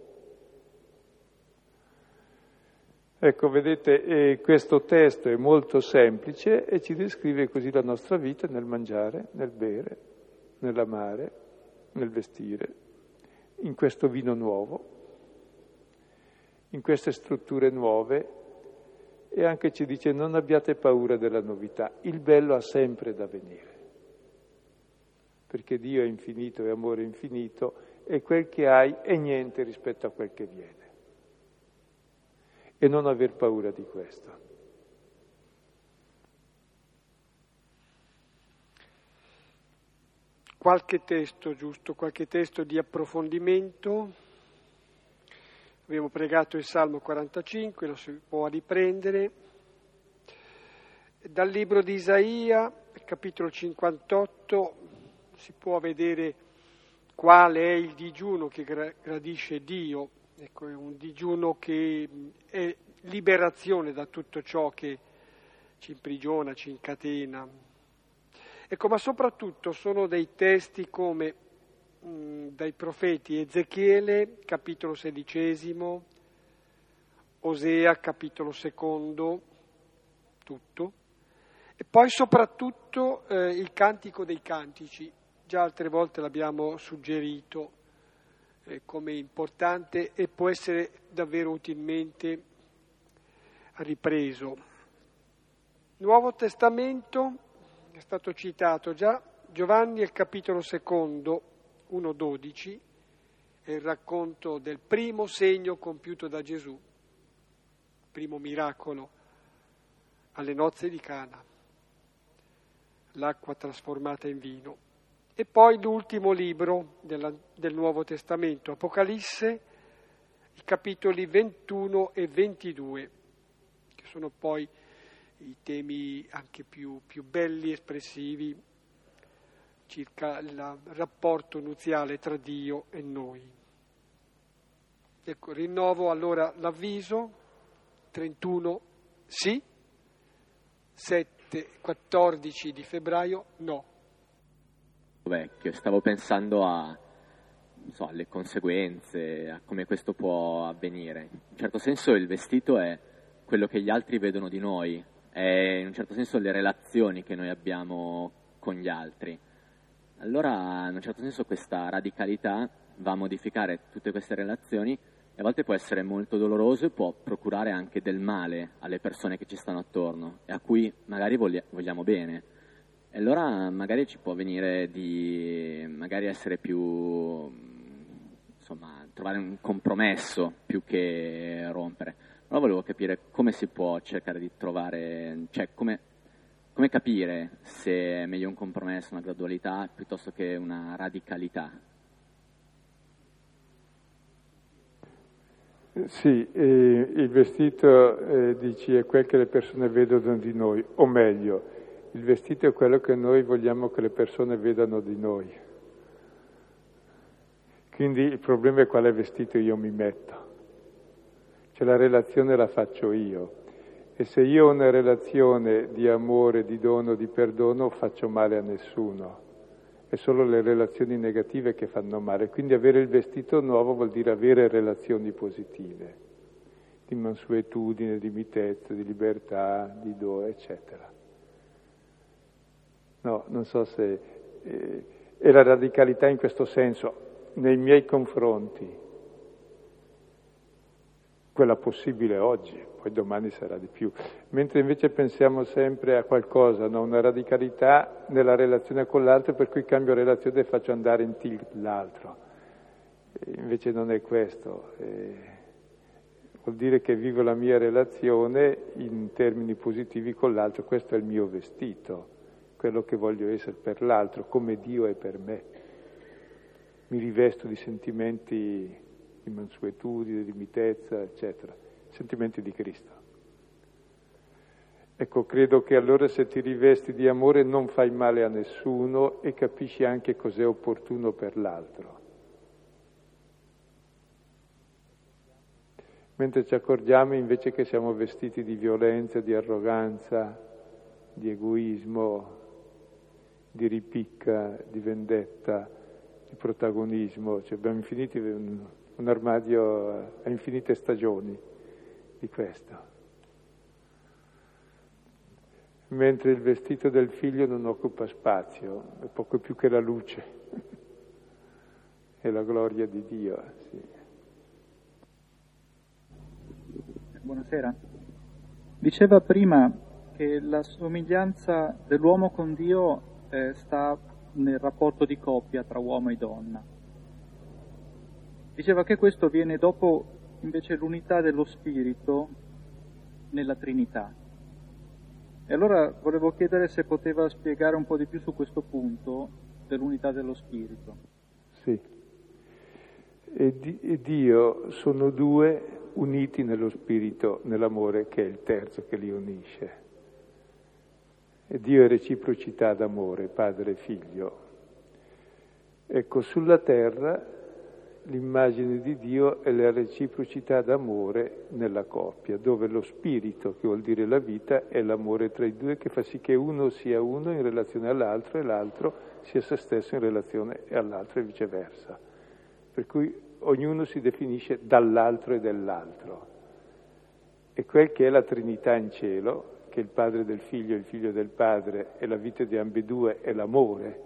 Ecco, vedete, eh, questo testo è molto semplice e ci descrive così la nostra vita nel mangiare, nel bere, nell'amare, nel vestire, in questo vino nuovo, in queste strutture nuove, e anche ci dice: non abbiate paura della novità, il bello ha sempre da venire, perché Dio è infinito e amore infinito, e quel che hai è niente rispetto a quel che viene. E non aver paura di questo. Qualche testo, giusto, qualche testo di approfondimento. Abbiamo pregato il Salmo quarantacinque, lo si può riprendere. Dal libro di Isaia, capitolo cinquantotto, si può vedere quale è il digiuno che gradisce Dio. Ecco, è un digiuno che è liberazione da tutto ciò che ci imprigiona, ci incatena. Ecco, ma soprattutto sono dei testi come mh, dai profeti Ezechiele, capitolo sedicesimo, Osea, capitolo secondo, tutto, e poi soprattutto eh, il Cantico dei Cantici. Già altre volte l'abbiamo suggerito eh, come importante e può essere davvero utilmente ripreso. Nuovo Testamento, è stato citato già, Giovanni, il capitolo secondo, uno dodici, è il racconto del primo segno compiuto da Gesù, primo miracolo alle nozze di Cana, l'acqua trasformata in vino. E poi l'ultimo libro della, del Nuovo Testamento, Apocalisse, i capitoli ventuno e ventidue, che sono poi i temi anche più, più belli, espressivi, circa il rapporto nuziale tra Dio e noi. Ecco, rinnovo allora l'avviso, trentuno sì, sette, quattordici di febbraio no. Vecchio, stavo pensando a, non so, alle conseguenze, a come questo può avvenire. In un certo senso il vestito è quello che gli altri vedono di noi, è in un certo senso le relazioni che noi abbiamo con gli altri. Allora, in un certo senso, questa radicalità va a modificare tutte queste relazioni e a volte può essere molto doloroso e può procurare anche del male alle persone che ci stanno attorno e a cui magari vogliamo bene. E allora magari ci può venire di magari essere più, insomma, trovare un compromesso più che rompere. Allora volevo capire come si può cercare di trovare, cioè come... Come capire se è meglio un compromesso, una gradualità, piuttosto che una radicalità? Sì, eh, il vestito, eh, dici, è quel che le persone vedono di noi, o meglio, il vestito è quello che noi vogliamo che le persone vedano di noi. Quindi il problema è quale vestito io mi metto. Cioè la relazione la faccio io. E se io ho una relazione di amore, di dono, di perdono, faccio male a nessuno. È solo le relazioni negative che fanno male. Quindi avere il vestito nuovo vuol dire avere relazioni positive, di mansuetudine, di mitezza, di libertà, di do, eccetera. No, non so se... Eh, è la radicalità in questo senso, nei miei confronti, quella possibile oggi, poi domani sarà di più. Mentre invece pensiamo sempre a qualcosa, no? Una radicalità nella relazione con l'altro, per cui cambio relazione e faccio andare in tilt l'altro. E invece non è questo. E vuol dire che vivo la mia relazione in termini positivi con l'altro, questo è il mio vestito, quello che voglio essere per l'altro, come Dio è per me. Mi rivesto di sentimenti di mansuetudine, di mitezza, eccetera, sentimenti di Cristo. Ecco, credo che allora se ti rivesti di amore non fai male a nessuno e capisci anche cos'è opportuno per l'altro. Mentre ci accorgiamo invece che siamo vestiti di violenza, di arroganza, di egoismo, di ripicca, di vendetta, di protagonismo, cioè abbiamo infiniti un, un armadio a infinite stagioni di questo. Mentre il vestito del figlio non occupa spazio, è poco più che la luce, è la gloria di Dio. Sì. Buonasera. Diceva prima che la somiglianza dell'uomo con Dio eh, sta nel rapporto di coppia tra uomo e donna. Diceva che questo viene dopo invece l'unità dello Spirito nella Trinità. E allora volevo chiedere se poteva spiegare un po' di più su questo punto dell'unità dello Spirito. Sì. E, di, e Dio sono due uniti nello Spirito, nell'amore, che è il terzo che li unisce. E Dio è reciprocità d'amore, padre e figlio. Ecco, sulla terra l'immagine di Dio è la reciprocità d'amore nella coppia, dove lo spirito, che vuol dire la vita, è l'amore tra i due, che fa sì che uno sia uno in relazione all'altro e l'altro sia se stesso in relazione all'altro e viceversa. Per cui ognuno si definisce dall'altro e dell'altro. E quel che è la Trinità in cielo, che il Padre del Figlio, il Figlio del Padre e la vita di ambedue è l'amore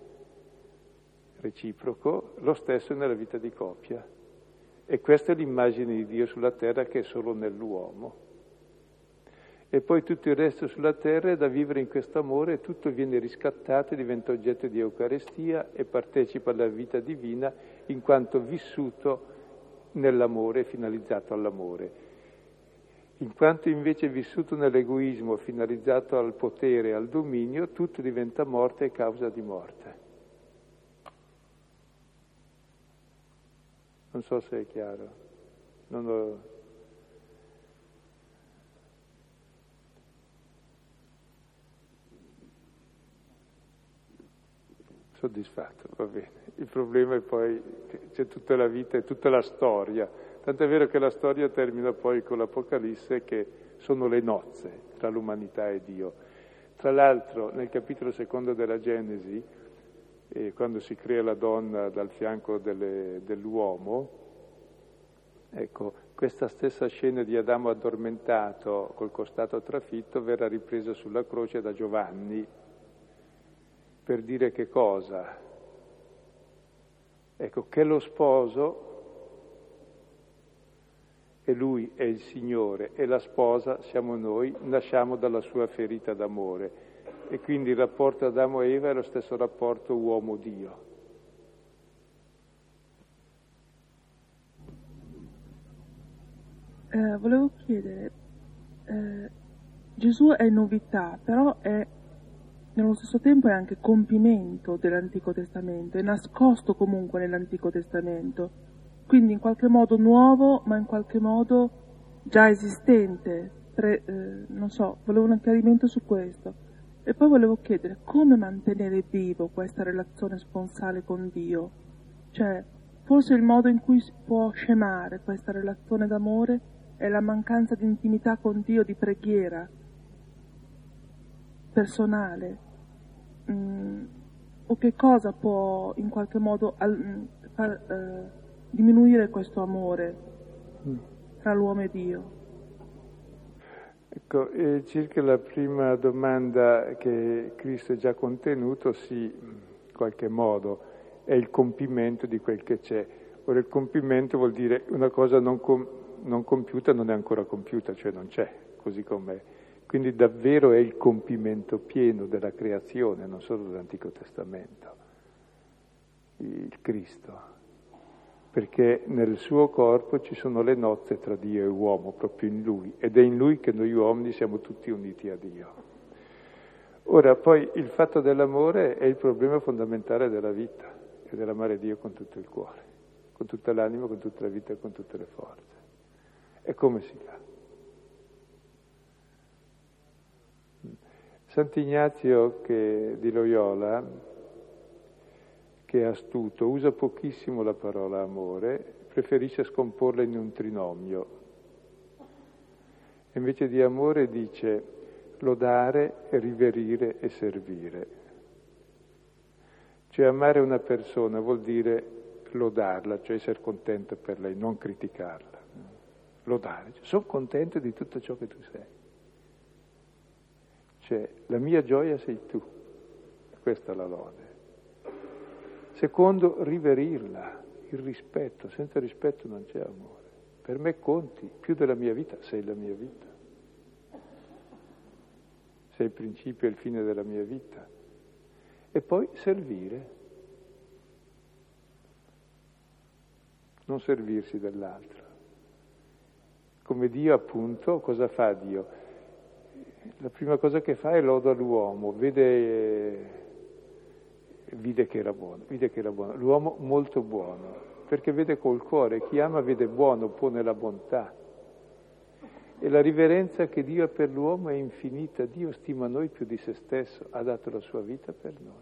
reciproco, lo stesso nella vita di coppia. E questa è l'immagine di Dio sulla terra, che è solo nell'uomo. E poi tutto il resto sulla terra è da vivere in questo amore, e tutto viene riscattato e diventa oggetto di Eucaristia e partecipa alla vita divina in quanto vissuto nell'amore, finalizzato all'amore. In quanto invece vissuto nell'egoismo, finalizzato al potere e al dominio, tutto diventa morte e causa di morte. Non so se è chiaro. Non ho... Soddisfatto, va bene. Il problema è poi che c'è tutta la vita e tutta la storia. Tant'è vero che la storia termina poi con l'Apocalisse, che sono le nozze tra l'umanità e Dio. Tra l'altro, nel capitolo secondo della Genesi, eh, quando si crea la donna dal fianco delle, dell'uomo, ecco, questa stessa scena di Adamo addormentato col costato trafitto verrà ripresa sulla croce da Giovanni, per dire che cosa? Ecco, che lo sposo, e lui è il Signore, e la sposa siamo noi, nasciamo dalla sua ferita d'amore. E quindi il rapporto Adamo e Eva è lo stesso rapporto uomo-Dio. Eh, volevo chiedere, eh, Gesù è novità, però è nello stesso tempo è anche compimento dell'Antico Testamento, è nascosto comunque nell'Antico Testamento, quindi in qualche modo nuovo, ma in qualche modo già esistente. Pre, eh, non so, volevo un chiarimento su questo. E poi volevo chiedere come mantenere vivo questa relazione sponsale con Dio, cioè forse il modo in cui si può scemare questa relazione d'amore è la mancanza di intimità con Dio, di preghiera personale. Mm, o che cosa può in qualche modo al, far, eh, diminuire questo amore tra l'uomo e Dio? Ecco, eh, circa la prima domanda che Cristo è già contenuto, sì, in qualche modo è il compimento di quel che c'è. Ora il compimento vuol dire una cosa non, com- non compiuta non è ancora compiuta, cioè non c'è, così com'è. Quindi davvero è il compimento pieno della creazione, non solo dell'Antico Testamento, il Cristo, perché nel suo corpo ci sono le nozze tra Dio e uomo, proprio in Lui, ed è in Lui che noi uomini siamo tutti uniti a Dio. Ora, poi il fatto dell'amore è il problema fondamentale della vita, è dell'amare Dio con tutto il cuore, con tutta l'anima, con tutta la vita e con tutte le forze. E come si fa? Sant'Ignazio che, di Loyola, che è astuto, usa pochissimo la parola amore, preferisce scomporla in un trinomio. E invece di amore dice lodare, riverire e servire. Cioè amare una persona vuol dire lodarla, cioè essere contento per lei, non criticarla. Lodare, cioè, sono contento di tutto ciò che tu sei. Cioè, la mia gioia sei tu, questa è la lode. Secondo, riverirla, il rispetto, senza rispetto non c'è amore. Per me conti, più della mia vita, sei la mia vita. Sei il principio e il fine della mia vita. E poi servire. Non servirsi dell'altro. Come Dio, appunto, cosa fa Dio? La prima cosa che fa è loda l'uomo, vede, vide che era buono, vide che era buono, l'uomo molto buono, perché vede col cuore, chi ama vede buono, pone la bontà. E la riverenza che Dio ha per l'uomo è infinita, Dio stima noi più di se stesso, ha dato la sua vita per noi.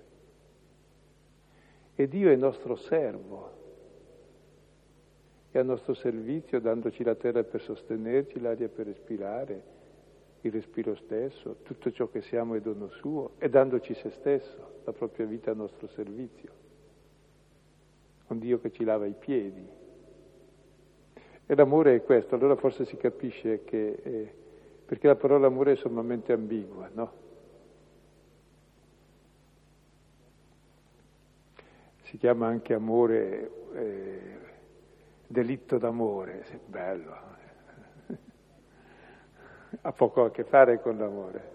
E Dio è nostro servo, è a nostro servizio, dandoci la terra per sostenerci, l'aria per respirare, il respiro stesso, tutto ciò che siamo è dono suo, e dandoci se stesso, la propria vita a nostro servizio. Un Dio che ci lava i piedi. E l'amore è questo, allora forse si capisce che, eh, perché la parola amore è sommamente ambigua, no? Si chiama anche amore, eh, delitto d'amore, sì, bello. Ha poco a che fare con l'amore.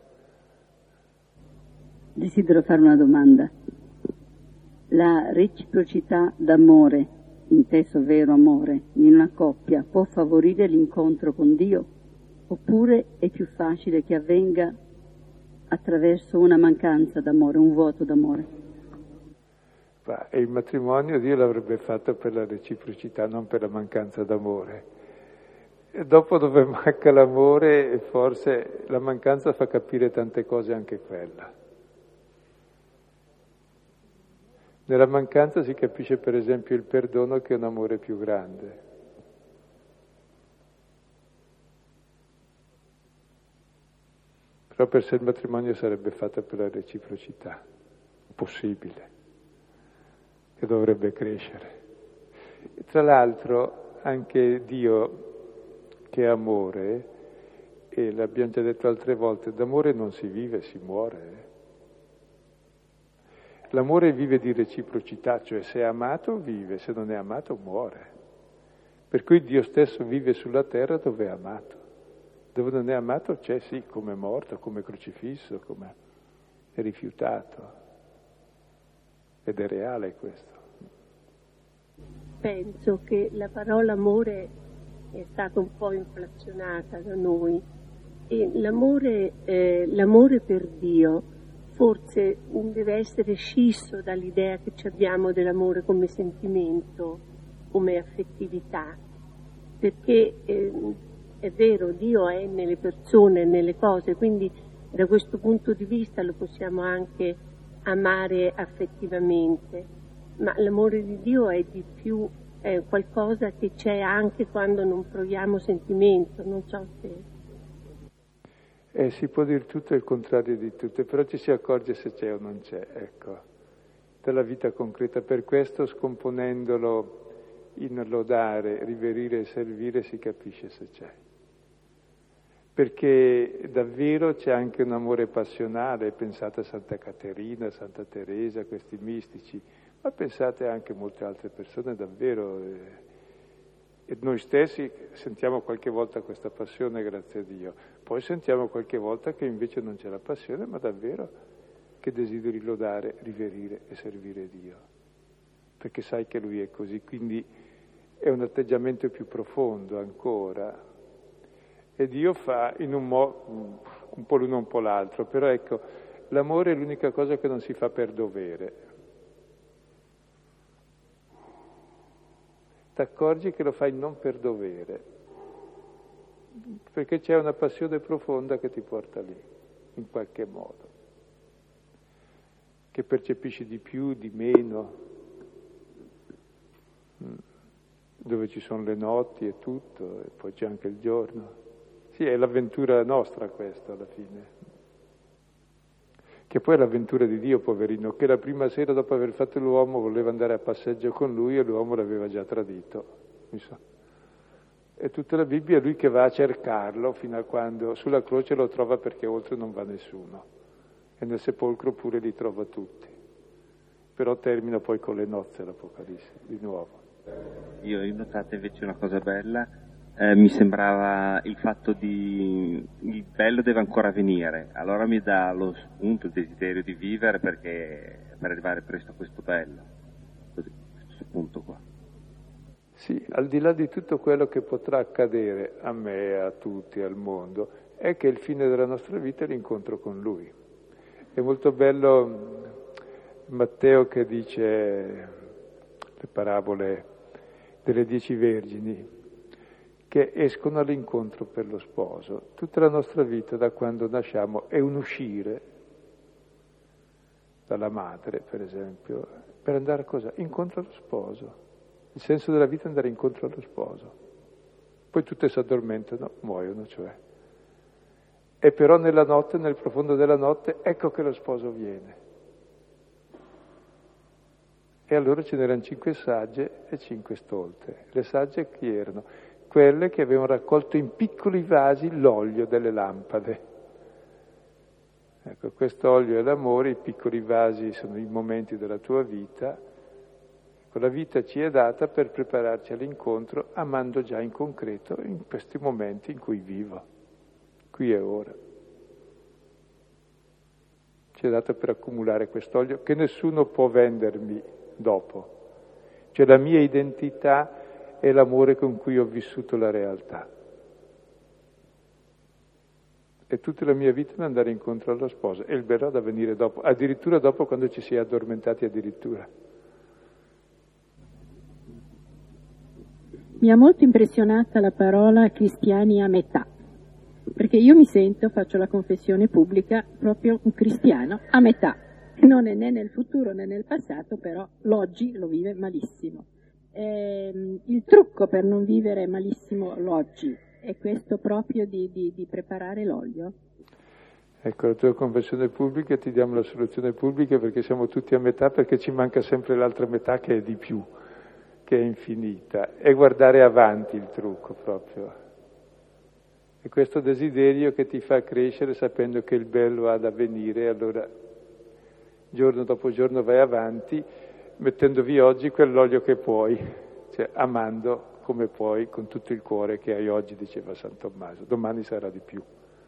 Desidero fare una domanda. La reciprocità d'amore, inteso vero amore, in una coppia può favorire l'incontro con Dio, oppure è più facile che avvenga attraverso una mancanza d'amore, un vuoto d'amore? E il matrimonio Dio l'avrebbe fatto per la reciprocità, non per la mancanza d'amore. E dopo dove manca l'amore, forse la mancanza fa capire tante cose anche quella. Nella mancanza si capisce per esempio il perdono, che è un amore più grande. Però per sé il matrimonio sarebbe fatto per la reciprocità, possibile, che dovrebbe crescere. E tra l'altro anche Dio, che è amore, e l'abbiamo già detto altre volte, d'amore non si vive, si muore. L'amore vive di reciprocità, cioè se è amato vive, se non è amato muore. Per cui Dio stesso vive sulla terra dove è amato. Dove non è amato c'è sì, come morto, come crocifisso, come rifiutato. Ed è reale questo. Penso che la parola amore è stata un po' inflazionata da noi e l'amore, eh, l'amore per Dio forse deve essere scisso dall'idea che ci abbiamo dell'amore come sentimento, come affettività, perché eh, è vero, Dio è nelle persone, nelle cose, quindi da questo punto di vista lo possiamo anche amare affettivamente, ma l'amore di Dio è di più, è qualcosa che c'è anche quando non proviamo sentimento, non so se... Eh, si può dire tutto e il contrario di tutto, però ci si accorge se c'è o non c'è, ecco, della vita concreta. Per questo, scomponendolo in lodare, riverire e servire, si capisce se c'è. Perché davvero c'è anche un amore passionale, pensate a Santa Caterina, a Santa Teresa, a questi mistici, ma pensate anche a molte altre persone davvero... Eh, E noi stessi sentiamo qualche volta questa passione, grazie a Dio. Poi sentiamo qualche volta che invece non c'è la passione, ma davvero che desideri lodare, riverire e servire Dio. Perché sai che Lui è così, quindi è un atteggiamento più profondo ancora. E Dio fa in un modo, un po' l'uno un po' l'altro, però ecco, l'amore è l'unica cosa che non si fa per dovere. T'accorgi che lo fai non per dovere, perché c'è una passione profonda che ti porta lì, in qualche modo, che percepisci di più, di meno, dove ci sono le notti e tutto, e poi c'è anche il giorno. Sì, è l'avventura nostra questa alla fine, che poi è l'avventura di Dio, poverino, che la prima sera dopo aver fatto l'uomo voleva andare a passeggio con lui e l'uomo l'aveva già tradito. E tutta la Bibbia è lui che va a cercarlo fino a quando sulla croce lo trova, perché oltre non va nessuno. E nel sepolcro pure li trova tutti. Però termina poi con le nozze l'Apocalisse, di nuovo. Io ho notato invece una cosa bella. Eh, mi sembrava il fatto di il bello deve ancora venire, allora mi dà lo spunto, il desiderio di vivere perché per arrivare presto a questo bello, così, questo punto qua. Sì, al di là di tutto quello che potrà accadere a me, a tutti, al mondo, è che il fine della nostra vita è l'incontro con Lui. È molto bello Matteo che dice le parabole delle dieci vergini, che escono all'incontro per lo sposo. Tutta la nostra vita, da quando nasciamo, è un uscire dalla madre, per esempio, per andare a cosa? Incontro allo sposo. Il senso della vita è andare incontro allo sposo. Poi tutte si addormentano, muoiono, cioè. E però nella notte, nel profondo della notte, ecco che lo sposo viene. E allora ce n'erano cinque sagge e cinque stolte. Le sagge chi erano? Quelle che avevano raccolto in piccoli vasi l'olio delle lampade. Ecco, questo olio è l'amore, i piccoli vasi sono i momenti della tua vita. Ecco, la vita ci è data per prepararci all'incontro, amando già in concreto in questi momenti in cui vivo, qui e ora. Ci è data per accumulare quest'olio che nessuno può vendermi dopo. Cioè la mia identità è l'amore con cui ho vissuto la realtà. E tutta la mia vita è andare incontro allo sposo. E il bello da venire dopo, addirittura dopo quando ci si è addormentati addirittura. mi ha molto impressionata la parola cristiani a metà, perché io mi sento, faccio la confessione pubblica, proprio un cristiano a metà. Non è né nel futuro né nel passato, però l'oggi lo vive malissimo. Eh, il trucco per non vivere malissimo l'oggi è questo proprio di, di, di preparare l'olio. Ecco, la tua confessione pubblica, ti diamo la soluzione pubblica perché siamo tutti a metà, perché ci manca sempre l'altra metà che è di più, che è infinita. È guardare avanti il trucco proprio. E questo desiderio che ti fa crescere sapendo che il bello ha da venire, allora giorno dopo giorno vai avanti, mettendovi oggi quell'olio che puoi, cioè amando come puoi, con tutto il cuore che hai oggi, diceva San Tommaso. Domani sarà di più.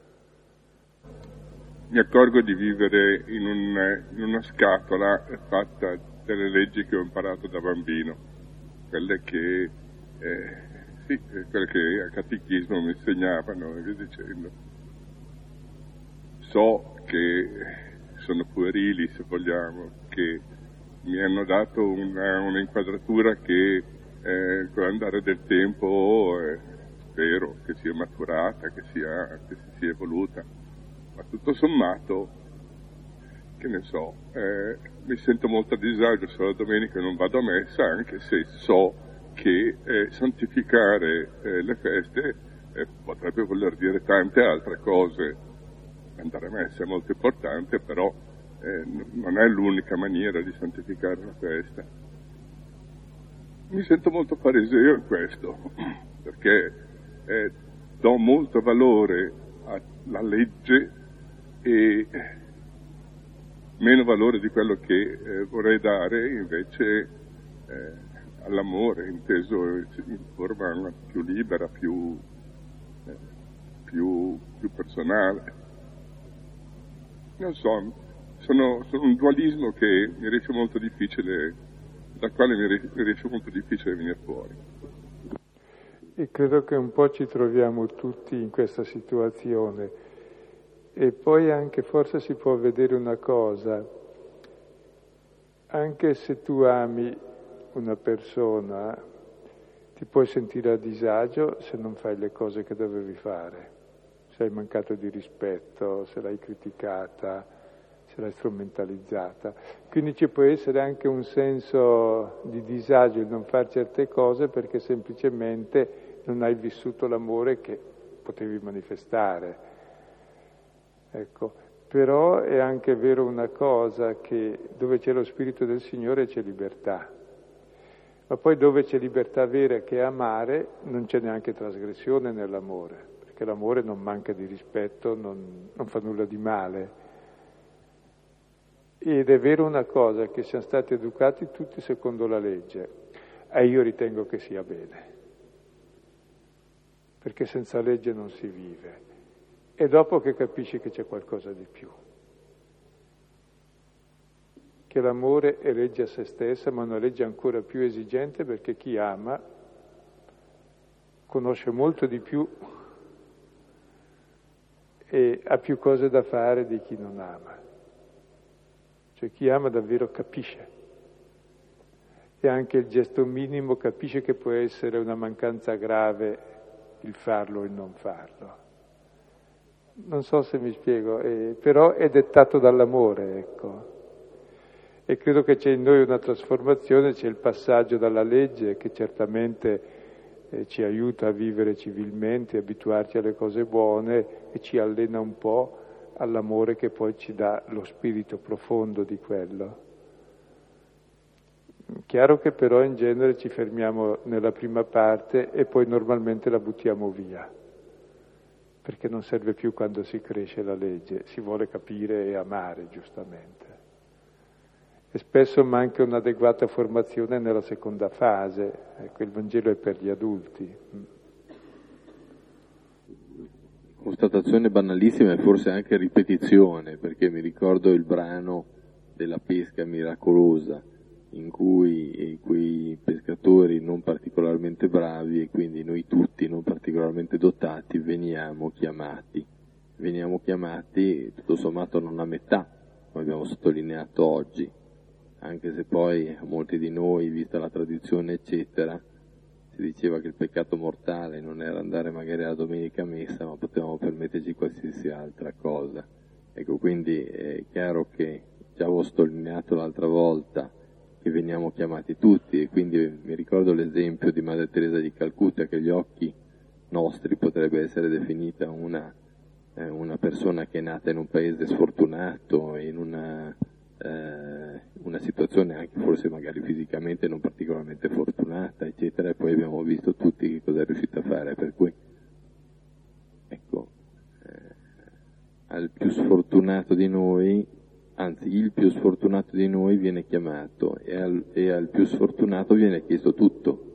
Mi accorgo di vivere in, un, in una scatola fatta delle leggi che ho imparato da bambino, quelle che, eh, sì, quelle che al catechismo mi insegnavano e via dicendo. So che sono puerili, se vogliamo, che mi hanno dato una, una inquadratura che eh, con l'andare del tempo eh, spero che sia maturata, che, sia, che si sia evoluta, ma tutto sommato, che ne so, eh, mi sento molto a disagio se la domenica non vado a messa, anche se so che eh, santificare eh, le feste eh, potrebbe voler dire tante altre cose. Andare a messa è molto importante, però eh, non è l'unica maniera di santificare la festa. Mi sento molto fariseo in questo, perché eh, do molto valore alla legge e meno valore di quello che eh, vorrei dare invece eh, all'amore, inteso in forma più libera, più, eh, più, più personale. Non so, sono, sono un dualismo che mi riesce molto difficile, dal quale mi riesce, mi riesce molto difficile venire fuori. E credo che un po' ci troviamo tutti in questa situazione. E poi anche forse si può vedere una cosa, anche se tu ami una persona, ti puoi sentire a disagio se non fai le cose che dovevi fare. Se hai mancato di rispetto, se l'hai criticata, se l'hai strumentalizzata. Quindi ci può essere anche un senso di disagio di non fare certe cose perché semplicemente non hai vissuto l'amore che potevi manifestare. Ecco, però è anche vero una cosa, che dove c'è lo Spirito del Signore c'è libertà. Ma poi dove c'è libertà vera che è amare, non c'è neanche trasgressione nell'amore. Perché l'amore non manca di rispetto, non, non fa nulla di male. Ed è vero una cosa, che siamo stati educati tutti secondo la legge, e io ritengo che sia bene, perché senza legge non si vive. E dopo che capisci che c'è qualcosa di più, che l'amore è legge a se stessa, ma una legge ancora più esigente, perché chi ama conosce molto di più e ha più cose da fare di chi non ama. Cioè chi ama davvero capisce, e anche il gesto minimo capisce che può essere una mancanza grave il farlo o il non farlo. Non so se mi spiego, eh, però è dettato dall'amore, ecco. E credo che c'è in noi una trasformazione, c'è il passaggio dalla legge che certamente eh, ci aiuta a vivere civilmente, abituarci alle cose buone e ci allena un po' all'amore che poi ci dà lo spirito profondo di quello. Chiaro che però in genere ci fermiamo nella prima parte e poi normalmente la buttiamo via, perché non serve più quando si cresce la legge, si vuole capire e amare giustamente. E spesso manca un'adeguata formazione nella seconda fase, ecco, il Vangelo è per gli adulti. Constatazione banalissima e forse anche ripetizione, perché mi ricordo il brano della pesca miracolosa, in cui quei pescatori non particolarmente bravi e quindi noi tutti non particolarmente dotati veniamo chiamati. Veniamo chiamati tutto sommato non a metà, come abbiamo sottolineato oggi, anche se poi molti di noi, vista la tradizione eccetera, si diceva che il peccato mortale non era andare magari alla domenica a messa, ma potevamo permetterci qualsiasi altra cosa. Ecco, quindi è chiaro che già avevo sottolineato l'altra volta che veniamo chiamati tutti, e quindi mi ricordo l'esempio di Madre Teresa di Calcutta, che agli occhi nostri potrebbe essere definita una, eh, una persona che è nata in un paese sfortunato, in una, eh, una situazione anche forse magari fisicamente non particolarmente fortunata, eccetera, e poi abbiamo visto tutti che cosa è riuscita a fare, per cui ecco, eh, al più sfortunato di noi, anzi il più sfortunato di noi viene chiamato, e al, e al più sfortunato viene chiesto tutto.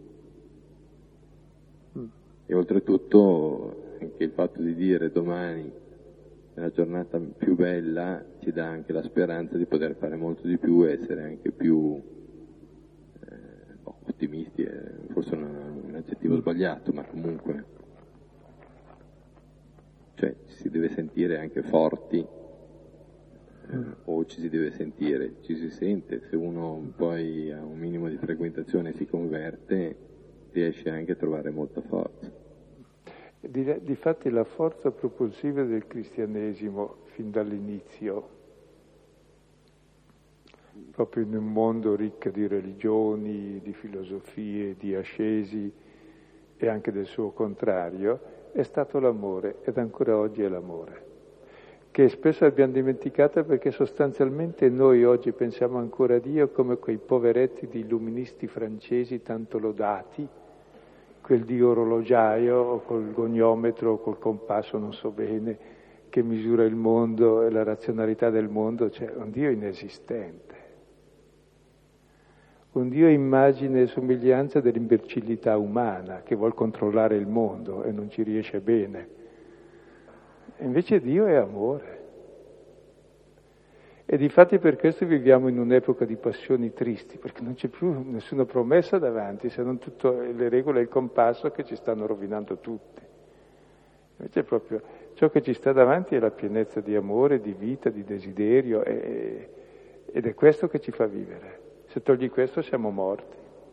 E oltretutto anche il fatto di dire domani è la giornata più bella ci dà anche la speranza di poter fare molto di più e essere anche più eh, ottimisti, è forse un, un aggettivo sbagliato, ma comunque cioè ci si deve sentire anche forti, eh, o ci si deve sentire, ci si sente, se uno poi ha un minimo di frequentazione e si converte, riesce anche a trovare molta forza. Di, difatti la forza propulsiva del cristianesimo fin dall'inizio, proprio in un mondo ricco di religioni, di filosofie, di ascesi e anche del suo contrario, è stato l'amore, ed ancora oggi è l'amore, che spesso abbiamo dimenticato perché sostanzialmente noi oggi pensiamo ancora a Dio come quei poveretti di illuministi francesi tanto lodati, quel Dio orologiaio col goniometro o col compasso, non so bene, che misura il mondo e la razionalità del mondo, cioè un Dio inesistente. Un Dio immagine e somiglianza dell'imbecillità umana che vuol controllare il mondo e non ci riesce bene. E invece Dio è amore. E difatti per questo viviamo in un'epoca di passioni tristi, perché non c'è più nessuna promessa davanti, se non tutte le regole e il compasso che ci stanno rovinando tutti. Invece proprio ciò che ci sta davanti è la pienezza di amore, di vita, di desiderio, e, ed è questo che ci fa vivere. Se togli questo siamo morti.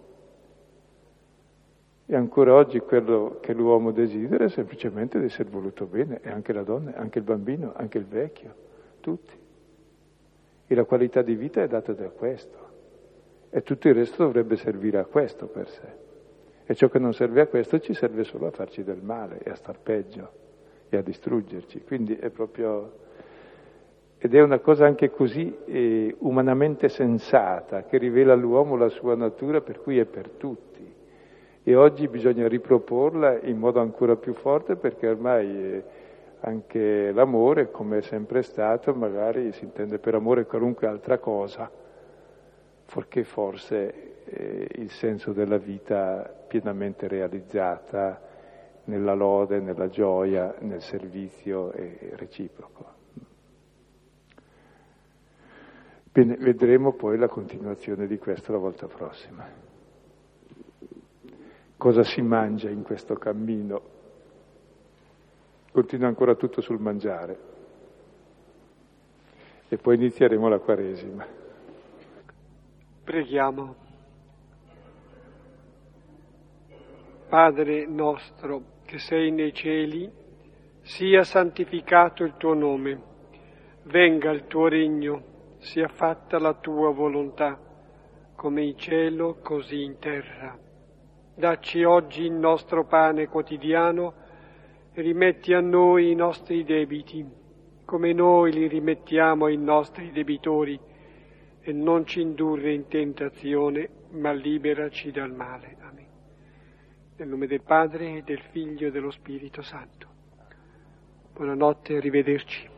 E ancora oggi quello che l'uomo desidera è semplicemente di essere voluto bene, e anche la donna, anche il bambino, anche il vecchio, tutti. E la qualità di vita è data da questo. E tutto il resto dovrebbe servire a questo per sé. E ciò che non serve a questo ci serve solo a farci del male e a star peggio e a distruggerci. Quindi è proprio... Ed è una cosa anche così eh, umanamente sensata, che rivela all'uomo la sua natura, per cui è per tutti. E oggi bisogna riproporla in modo ancora più forte, perché ormai eh, anche l'amore, come è sempre stato, magari si intende per amore qualunque altra cosa, fuorché forse eh, il senso della vita pienamente realizzata nella lode, nella gioia, nel servizio e reciproco. Bene, vedremo poi la continuazione di questo la volta prossima. Cosa si mangia in questo cammino? Continua ancora tutto sul mangiare. E poi inizieremo la Quaresima. Preghiamo. Padre nostro che sei nei cieli, sia santificato il tuo nome, venga il tuo regno, sia fatta la tua volontà, come in cielo così in terra. Dacci oggi il nostro pane quotidiano e rimetti a noi i nostri debiti, come noi li rimettiamo ai nostri debitori, e non ci indurre in tentazione, ma liberaci dal male. Amen. Nel nome del Padre, e del Figlio e dello Spirito Santo. Buonanotte e arrivederci.